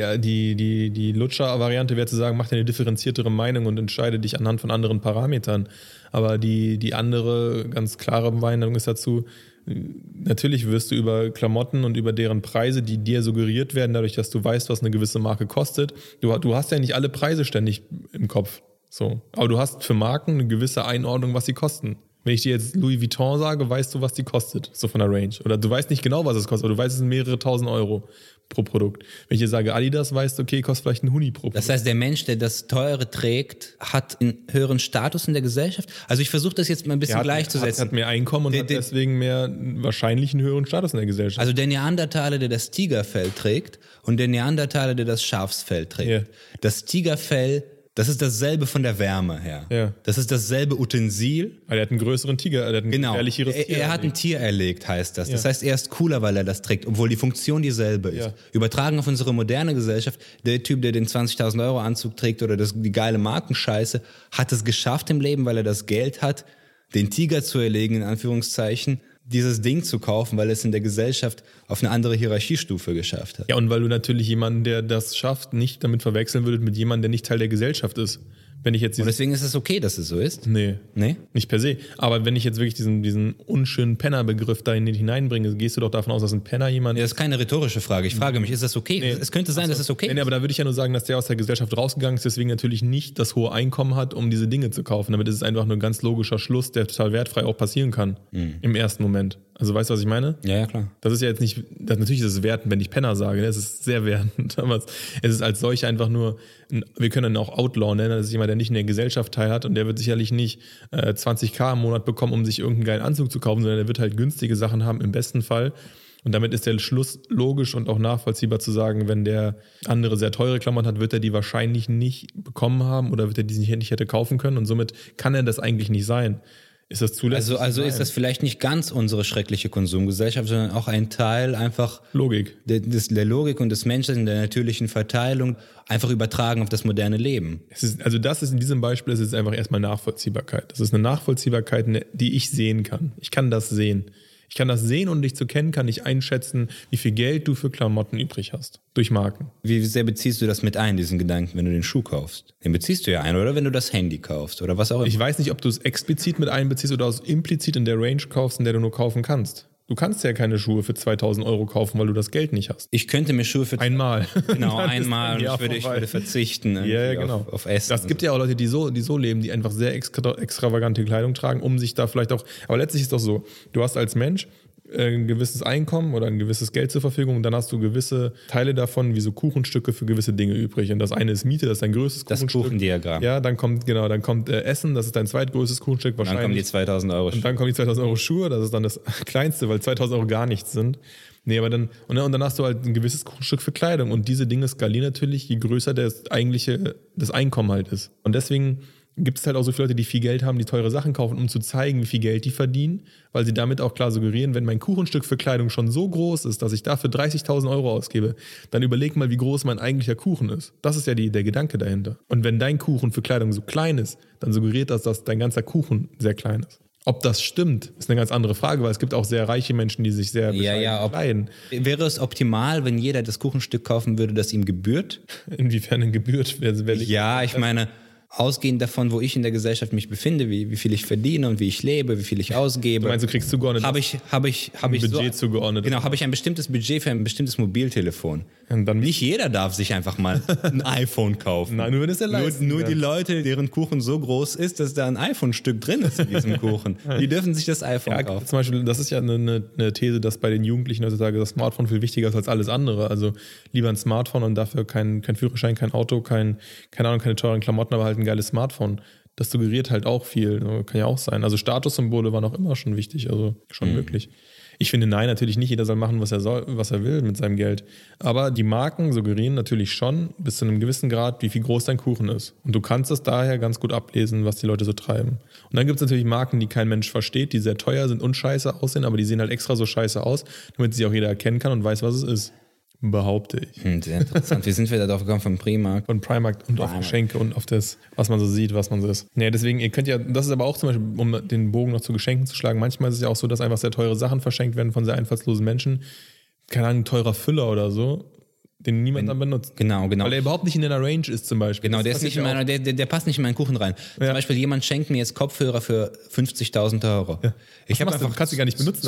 Speaker 1: Die Lutscher-Variante wäre zu sagen, mach dir eine differenziertere Meinung und entscheide dich anhand von anderen Parametern. Aber die andere, ganz klare Meinung ist dazu, natürlich wirst du über Klamotten und über deren Preise, die dir suggeriert werden, dadurch, dass du weißt, was eine gewisse Marke kostet. Du hast ja nicht alle Preise ständig im Kopf. So. Aber du hast für Marken eine gewisse Einordnung, was sie kosten. Wenn ich dir jetzt Louis Vuitton sage, weißt du, was die kostet, so von der Range. Oder du weißt nicht genau, was es kostet, aber du weißt, es sind mehrere tausend Euro pro Produkt. Wenn ich dir sage Adidas, weißt du, okay, kostet vielleicht ein Huni pro Produkt.
Speaker 2: Das heißt, der Mensch, der das Teure trägt, hat einen höheren Status in der Gesellschaft? Also ich versuche das jetzt mal ein bisschen gleichzusetzen.
Speaker 1: Hat mehr Einkommen und hat deswegen wahrscheinlich einen höheren Status in der Gesellschaft.
Speaker 2: Also der Neandertaler, der das Tigerfell trägt und der Neandertaler, der das Schafsfell trägt.
Speaker 1: Yeah.
Speaker 2: Das Tigerfell, das ist dasselbe von der Wärme her.
Speaker 1: Ja.
Speaker 2: Das ist dasselbe Utensil.
Speaker 1: Aber er hat einen größeren Tiger, er hat ein gefährlicheres Tier.
Speaker 2: Er hat ein Tier erlegt, heißt das. Ja. Das heißt, er ist cooler, weil er das trägt, obwohl die Funktion dieselbe ist.
Speaker 1: Ja.
Speaker 2: Übertragen auf unsere moderne Gesellschaft, der Typ, der den 20.000 Euro Anzug trägt oder die geile Markenscheiße, hat es geschafft im Leben, weil er das Geld hat, den Tiger zu erlegen, in Anführungszeichen, dieses Ding zu kaufen, weil es in der Gesellschaft auf eine andere Hierarchiestufe geschafft hat.
Speaker 1: Ja, und weil du natürlich jemanden, der das schafft, nicht damit verwechseln würdest mit jemandem, der nicht Teil der Gesellschaft ist. Wenn ich jetzt
Speaker 2: und deswegen ist es okay, dass es so ist?
Speaker 1: Nee, nicht per se. Aber wenn ich jetzt wirklich diesen unschönen Penner-Begriff da hineinbringe, gehst du doch davon aus, dass ein Penner jemand...
Speaker 2: Ja, das ist keine rhetorische Frage. Ich frage mich, ist das okay?
Speaker 1: Nee.
Speaker 2: Es könnte sein, dass es okay ist.
Speaker 1: Nee, aber da würde ich ja nur sagen, dass der aus der Gesellschaft rausgegangen ist, deswegen natürlich nicht das hohe Einkommen hat, um diese Dinge zu kaufen. Damit ist es einfach nur ein ganz logischer Schluss, der total wertfrei auch passieren kann. Im ersten Moment. Also weißt du, was ich meine?
Speaker 2: Ja, klar.
Speaker 1: Das ist ja jetzt nicht... Natürlich ist es wertend, wenn ich Penner sage. Es ist sehr wertend. Aber es ist als solcher einfach nur... Wir können ihn auch Outlaw nennen. Das ist jemand, der nicht in der Gesellschaft teil hat und der wird sicherlich nicht 20.000 im Monat bekommen, um sich irgendeinen geilen Anzug zu kaufen, sondern der wird halt günstige Sachen haben im besten Fall. Und damit ist der Schluss logisch und auch nachvollziehbar zu sagen, wenn der andere sehr teure Klamotten hat, wird er die wahrscheinlich nicht bekommen haben oder wird er die nicht hätte kaufen können und somit kann er das eigentlich nicht sein. Ist das zulässig?
Speaker 2: Also ist das vielleicht nicht ganz unsere schreckliche Konsumgesellschaft, sondern auch ein Teil einfach
Speaker 1: Logik.
Speaker 2: Der Logik und des Menschen in der natürlichen Verteilung einfach übertragen auf das moderne Leben.
Speaker 1: Das ist in diesem Beispiel, das ist einfach erstmal Nachvollziehbarkeit. Das ist eine Nachvollziehbarkeit, die ich sehen kann. Ich kann das sehen. Ich kann das sehen und dich zu kennen, kann ich einschätzen, wie viel Geld du für Klamotten übrig hast. Durch Marken.
Speaker 2: Wie sehr beziehst du das mit ein, diesen Gedanken, wenn du den Schuh kaufst? Den beziehst du ja ein, oder wenn du das Handy kaufst oder was auch immer.
Speaker 1: Ich weiß nicht, ob du es explizit mit einbeziehst oder es implizit in der Range kaufst, in der du nur kaufen kannst. Du kannst ja keine Schuhe für 2.000 Euro kaufen, weil du das Geld nicht hast.
Speaker 2: Ich könnte mir Schuhe für...
Speaker 1: Einmal.
Speaker 2: Genau, einmal. Und ich würde verzichten
Speaker 1: genau.
Speaker 2: auf Essen.
Speaker 1: Das gibt ja auch Leute, die so leben, die einfach sehr extravagante Kleidung tragen, um sich da vielleicht auch... Aber letztlich ist es doch so, du hast als Mensch ein gewisses Einkommen oder ein gewisses Geld zur Verfügung und dann hast du gewisse Teile davon, wie so Kuchenstücke für gewisse Dinge übrig. Und das eine ist Miete, das ist dein größtes Kuchenstück.
Speaker 2: Das Kuchendiagramm.
Speaker 1: Ja, dann kommt Essen, das ist dein zweitgrößtes Kuchenstück wahrscheinlich.
Speaker 2: Dann kommen die 2.000 Euro Schuhe.
Speaker 1: Und dann kommen die 2.000 Euro Schuhe, das ist dann das kleinste, weil 2.000 Euro gar nichts sind. Nee, aber dann, und dann hast du halt ein gewisses Kuchenstück für Kleidung und diese Dinge skalieren natürlich, je größer das Einkommen halt ist. Und deswegen gibt es halt auch so viele Leute, die viel Geld haben, die teure Sachen kaufen, um zu zeigen, wie viel Geld die verdienen, weil sie damit auch klar suggerieren, wenn mein Kuchenstück für Kleidung schon so groß ist, dass ich dafür 30.000 Euro ausgebe, dann überleg mal, wie groß mein eigentlicher Kuchen ist. Das ist ja der Gedanke dahinter. Und wenn dein Kuchen für Kleidung so klein ist, dann suggeriert das, dass dein ganzer Kuchen sehr klein ist. Ob das stimmt, ist eine ganz andere Frage, weil es gibt auch sehr reiche Menschen, die sich sehr bescheiden kleiden.
Speaker 2: Wäre es optimal, wenn jeder das Kuchenstück kaufen würde, das ihm gebührt?
Speaker 1: Inwiefern denn gebührt?
Speaker 2: Ja, ich meine... Ausgehend davon, wo ich in der Gesellschaft mich befinde, wie viel ich verdiene und wie ich lebe, wie viel ich ausgebe.
Speaker 1: Du meinst, du kriegst zugeordnet?
Speaker 2: Habe ich
Speaker 1: Budget zugeordnet.
Speaker 2: Genau, habe ich ein bestimmtes Budget für ein bestimmtes Mobiltelefon.
Speaker 1: Und dann
Speaker 2: nicht jeder darf sich einfach mal ein iPhone kaufen.
Speaker 1: Nein, nur wenn es der leisten
Speaker 2: Nur die Leute, deren Kuchen so groß ist, dass da ein iPhone-Stück drin ist in diesem Kuchen. Die dürfen sich das iPhone kaufen.
Speaker 1: Zum Beispiel, das ist ja eine These, dass bei den Jugendlichen heutzutage das Smartphone viel wichtiger ist als alles andere. Also lieber ein Smartphone und dafür kein Führerschein, kein Auto, keine teuren Klamotten, aber halt ein geiles Smartphone. Das suggeriert halt auch viel. Kann ja auch sein. Also Statussymbole waren auch immer schon wichtig, also schon möglich. Ich finde, nein, natürlich nicht. Jeder soll machen, was er will mit seinem Geld. Aber die Marken suggerieren natürlich schon bis zu einem gewissen Grad, wie viel groß dein Kuchen ist. Und du kannst es daher ganz gut ablesen, was die Leute so treiben. Und dann gibt es natürlich Marken, die kein Mensch versteht, die sehr teuer sind und scheiße aussehen, aber die sehen halt extra so scheiße aus, damit sie auch jeder erkennen kann und weiß, was es ist. Behaupte ich.
Speaker 2: Sehr interessant. Wie sind wir da drauf gekommen? Von Primark?
Speaker 1: Von Primark und auf Geschenke und auf das, was man so sieht, was man so ist. Ja, deswegen, ihr könnt ja, das ist aber auch zum Beispiel, um den Bogen noch zu Geschenken zu schlagen, manchmal ist es ja auch so, dass einfach sehr teure Sachen verschenkt werden von sehr einfallslosen Menschen. Keine Ahnung, ein teurer Füller oder so, den niemand dann benutzt.
Speaker 2: Genau.
Speaker 1: Weil er überhaupt nicht in der Range ist zum Beispiel.
Speaker 2: Genau, der passt nicht in meinen Kuchen rein. Ja. Zum Beispiel, jemand schenkt mir jetzt Kopfhörer für 50.000 Euro. Ja.
Speaker 1: Kannst du gar nicht benutzen.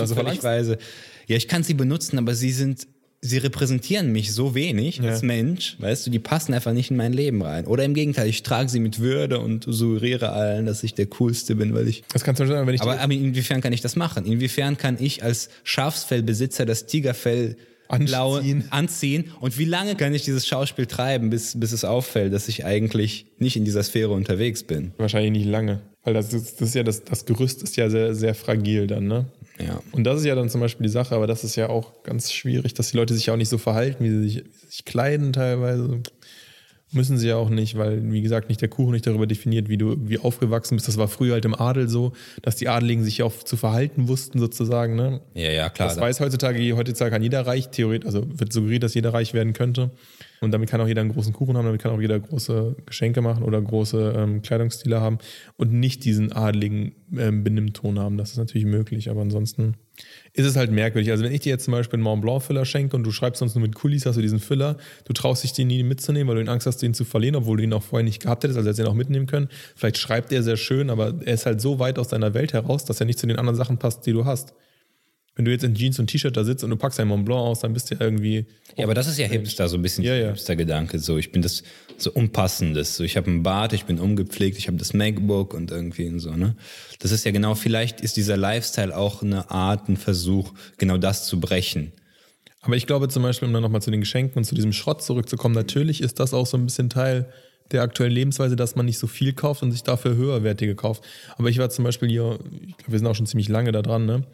Speaker 2: Ich kann sie benutzen, aber sie repräsentieren mich so wenig als Mensch, weißt du, die passen einfach nicht in mein Leben rein. Oder im Gegenteil, ich trage sie mit Würde und suggeriere allen, dass ich der Coolste bin, weil ich...
Speaker 1: Das kannst du schon sagen, wenn ich...
Speaker 2: Aber inwiefern kann ich das machen? Inwiefern kann ich als Schafsfellbesitzer das Tigerfell anziehen? Und wie lange kann ich dieses Schauspiel treiben, bis es auffällt, dass ich eigentlich nicht in dieser Sphäre unterwegs bin?
Speaker 1: Wahrscheinlich nicht lange. Weil das Gerüst ist ja sehr, sehr fragil dann, ne?
Speaker 2: Ja.
Speaker 1: Und das ist ja dann zum Beispiel die Sache, aber das ist ja auch ganz schwierig, dass die Leute sich auch nicht so verhalten, wie sie sich kleiden teilweise. Müssen sie ja auch nicht, weil, wie gesagt, nicht der Kuchen nicht darüber definiert, wie du irgendwie aufgewachsen bist. Das war früher halt im Adel so, dass die Adeligen sich ja auch zu verhalten wussten sozusagen, ne?
Speaker 2: Ja, klar.
Speaker 1: Das weiß heutzutage kann jeder reich, theoretisch, also wird suggeriert, dass jeder reich werden könnte. Und damit kann auch jeder einen großen Kuchen haben, damit kann auch jeder große Geschenke machen oder große Kleidungsstile haben und nicht diesen adeligen Benimmton haben. Das ist natürlich möglich, aber ansonsten ist es halt merkwürdig. Also wenn ich dir jetzt zum Beispiel einen Mont Blanc Füller schenke und du schreibst sonst nur mit Kulis, hast du diesen Füller, du traust dich den nie mitzunehmen, weil du Angst hast, den zu verlieren, obwohl du ihn auch vorher nicht gehabt hättest, also hättest du ihn auch mitnehmen können. Vielleicht schreibt er sehr schön, aber er ist halt so weit aus deiner Welt heraus, dass er nicht zu den anderen Sachen passt, die du hast. Wenn du jetzt in Jeans und T-Shirt da sitzt und du packst einen Mont Blanc aus, dann bist du ja irgendwie...
Speaker 2: Ja, aber das ist ja Hipster, so ein bisschen Hipster-Gedanke. So, ich bin das so Unpassendes. So, ich habe einen Bart, ich bin ungepflegt, ich habe das MacBook und irgendwie und so, ne? Das ist ja genau, vielleicht ist dieser Lifestyle auch eine Art, ein Versuch, genau das zu brechen.
Speaker 1: Aber ich glaube zum Beispiel, um dann nochmal zu den Geschenken und zu diesem Schrott zurückzukommen, natürlich ist das auch so ein bisschen Teil der aktuellen Lebensweise, dass man nicht so viel kauft und sich dafür höherwertige kauft. Aber ich war zum Beispiel hier, ich glaube, wir sind auch schon ziemlich lange da dran, ne?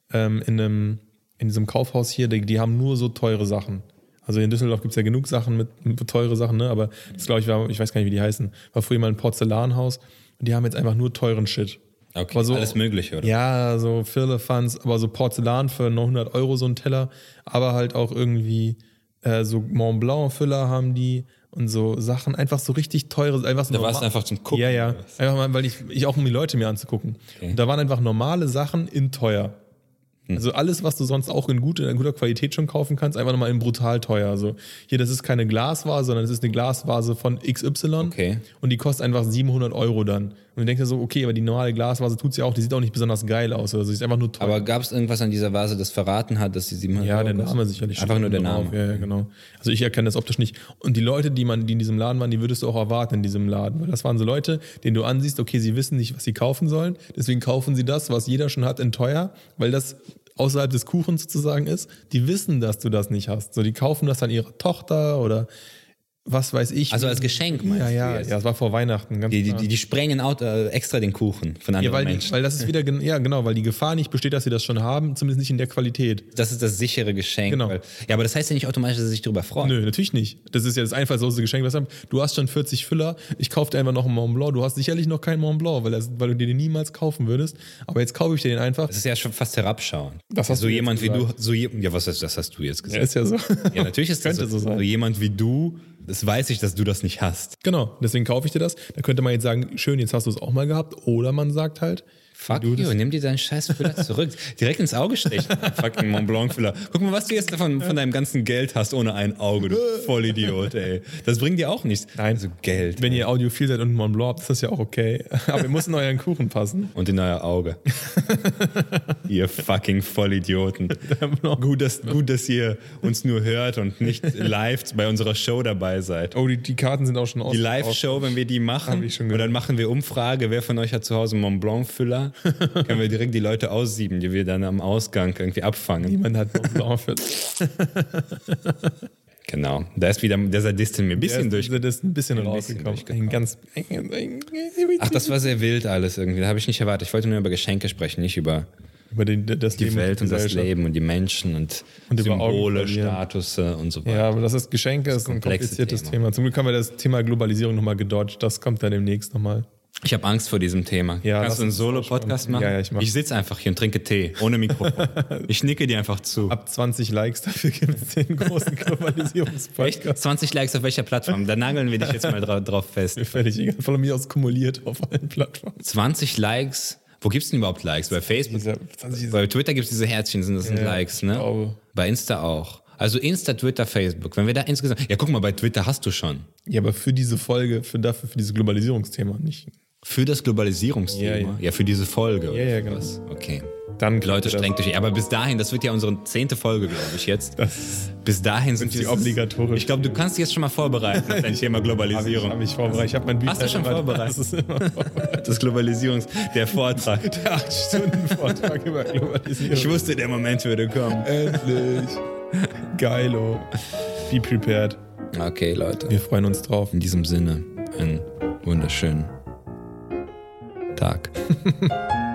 Speaker 1: In diesem Kaufhaus hier, die haben nur so teure Sachen. Also in Düsseldorf gibt es ja genug Sachen mit teure Sachen, ne? Aber das glaube ich ich weiß gar nicht, wie die heißen, war früher mal ein Porzellanhaus und die haben jetzt einfach nur teuren Shit.
Speaker 2: Okay,
Speaker 1: aber so,
Speaker 2: alles Mögliche, oder?
Speaker 1: Ja, so Firlefanz, aber so Porzellan für noch 100 € so ein Teller, aber halt auch irgendwie so Mont Blanc Füller haben die und so Sachen, einfach so richtig teure, einfach so
Speaker 2: Da warst du einfach zum Gucken.
Speaker 1: Ja, einfach mal, weil ich auch um die Leute mir anzugucken.
Speaker 2: Okay.
Speaker 1: Und da waren einfach normale Sachen in teuer. Also alles, was du sonst auch in guter Qualität schon kaufen kannst, einfach nochmal in brutal teuer. Also hier, das ist keine Glasvase, sondern es ist eine Glasvase von XY.
Speaker 2: Okay.
Speaker 1: Und die kostet einfach 700 € dann. Und du denkst dir so, okay, aber die normale Glasvase tut's ja auch, die sieht auch nicht besonders geil aus. Also sie ist einfach nur teuer.
Speaker 2: Aber gab es irgendwas an dieser Vase, das verraten hat, dass sie 700
Speaker 1: Ja,
Speaker 2: Euro
Speaker 1: der
Speaker 2: kostet?
Speaker 1: Name sicherlich.
Speaker 2: Einfach nur der Name.
Speaker 1: Ja, genau. Also ich erkenne das optisch nicht. Und die Leute, die in diesem Laden waren, die würdest du auch erwarten in diesem Laden. Weil das waren so Leute, denen du ansiehst, okay, sie wissen nicht, was sie kaufen sollen. Deswegen kaufen sie das, was jeder schon hat, in teuer, weil das außerhalb des Kuchens sozusagen ist. Die wissen, dass du das nicht hast. So, die kaufen das an ihrer Tochter oder was weiß ich.
Speaker 2: Also als Geschenk meinst du
Speaker 1: ja,
Speaker 2: jetzt?
Speaker 1: es war vor Weihnachten. Ganz klar.
Speaker 2: Die sprengen extra den Kuchen von anderen
Speaker 1: weil
Speaker 2: Menschen.
Speaker 1: weil das ist wieder, ja genau, weil die Gefahr nicht besteht, dass sie das schon haben, zumindest nicht in der Qualität.
Speaker 2: Das ist das sichere Geschenk.
Speaker 1: Genau.
Speaker 2: Ja, aber das heißt ja nicht automatisch, dass sie sich darüber freuen.
Speaker 1: Nö, natürlich nicht. Das ist ja das einfallslose Geschenk. Was du hast schon 40 Füller, ich kaufe dir einfach noch einen Mont Blanc. Du hast sicherlich noch keinen Mont Blanc, weil du dir den niemals kaufen würdest. Aber jetzt kaufe ich dir den einfach.
Speaker 2: Das ist ja schon fast herabschauend.
Speaker 1: Das hast
Speaker 2: so
Speaker 1: du jetzt
Speaker 2: jemand wie
Speaker 1: gesagt.
Speaker 2: du, ja, das hast du jetzt
Speaker 1: Ja,
Speaker 2: gesagt.
Speaker 1: ist ja so.
Speaker 2: Ja, natürlich ist das
Speaker 1: Könnte so sein.
Speaker 2: So jemand wie du, das weiß ich, dass du das nicht hast.
Speaker 1: Genau, deswegen kaufe ich dir das. Da könnte man jetzt sagen, schön, jetzt hast du es auch mal gehabt. Oder man sagt halt,
Speaker 2: Fuck you, nimm dir deinen scheiß Füller zurück. Direkt ins Auge stechen. Fucking Mont Blanc Füller. Guck mal, was du jetzt von deinem ganzen Geld hast ohne ein Auge, du Vollidiot, ey. Das bringt dir auch nichts.
Speaker 1: Nein.
Speaker 2: Also Geld.
Speaker 1: wenn ihr audiophil seid und einen Mont Blanc habt, ist das ja auch okay. Aber ihr müsst in euren Kuchen passen.
Speaker 2: Und in euer Auge. Ihr fucking Vollidioten. Gut, dass ihr uns nur hört und nicht live bei unserer Show dabei seid.
Speaker 1: Oh, die Karten sind auch schon aus.
Speaker 2: Die Live-Show, wenn wir die machen,
Speaker 1: Hab ich schon
Speaker 2: und dann machen wir Umfrage, wer von euch hat zu Hause einen Mont Blanc-Füller, können wir direkt die Leute aussieben, die wir dann am Ausgang irgendwie abfangen.
Speaker 1: Niemand hat Mont Blanc für.
Speaker 2: Genau, da ist wieder der Sadist in mir ein bisschen durch.
Speaker 1: Das ist ein bisschen rausgekommen.
Speaker 2: durchgekommen.
Speaker 1: Ein ganz.
Speaker 2: Ach, das war sehr wild alles irgendwie, da habe ich nicht erwartet. Ich wollte nur über Geschenke sprechen, nicht über
Speaker 1: über das
Speaker 2: die
Speaker 1: Leben
Speaker 2: Welt und das
Speaker 1: Gesellschaft.
Speaker 2: Leben und die Menschen und
Speaker 1: über
Speaker 2: Symbole,
Speaker 1: Augen verlieren.
Speaker 2: Status und so weiter.
Speaker 1: Ja, aber das ist Geschenke, ist ein
Speaker 2: komplexe
Speaker 1: kompliziertes
Speaker 2: Thema.
Speaker 1: Thema. Zum Glück haben wir das Thema Globalisierung nochmal gedodged. Das kommt dann demnächst nochmal.
Speaker 2: Ich habe Angst vor diesem Thema.
Speaker 1: Ja,
Speaker 2: Kannst du einen Solo-Podcast machen?
Speaker 1: Ja, ich mach.
Speaker 2: Ich sitze einfach hier und trinke Tee, ohne Mikrofon. Ich nicke dir einfach zu.
Speaker 1: Ab 20 Likes, dafür gibt es den großen Globalisierungspodcast.
Speaker 2: Echt? 20 Likes auf welcher Plattform? Da nageln wir dich jetzt mal drauf fest.
Speaker 1: Mir völlig egal. Von mir aus kumuliert auf allen Plattformen.
Speaker 2: 20 Likes? Wo gibt's denn überhaupt Likes? Bei Facebook? Bei Twitter gibt's diese Herzchen, das sind Likes, ne?
Speaker 1: glaube.
Speaker 2: Bei Insta auch. Also Insta, Twitter, Facebook. Wenn wir da insgesamt... Ja, guck mal, bei Twitter hast du schon.
Speaker 1: Ja, aber für diese Folge, für dieses Globalisierungsthema nicht.
Speaker 2: Für das Globalisierungsthema? Ja, für diese Folge. oder
Speaker 1: Ja, genau.
Speaker 2: was? Okay.
Speaker 1: Dann
Speaker 2: Leute, strengt euch. Aber bis dahin, das wird ja unsere 10. Folge, glaube ich, jetzt. Bis dahin sind
Speaker 1: die obligatorisch.
Speaker 2: Ich glaube, du kannst dich jetzt schon mal vorbereiten auf dein Thema Globalisierung.
Speaker 1: Habe ich vorbereitet. Ich habe mein Büchlein
Speaker 2: Hast du schon
Speaker 1: immer-
Speaker 2: vorbereitet?
Speaker 1: Das ist immer vorbereitet.
Speaker 2: Das der Vortrag.
Speaker 1: Der 8-Stunden-Vortrag über Globalisierung.
Speaker 2: Ich wusste, der Moment würde kommen.
Speaker 1: Endlich. Geilo. Be prepared.
Speaker 2: Okay, Leute.
Speaker 1: Wir freuen uns drauf.
Speaker 2: In diesem Sinne, einen wunderschönen Tag.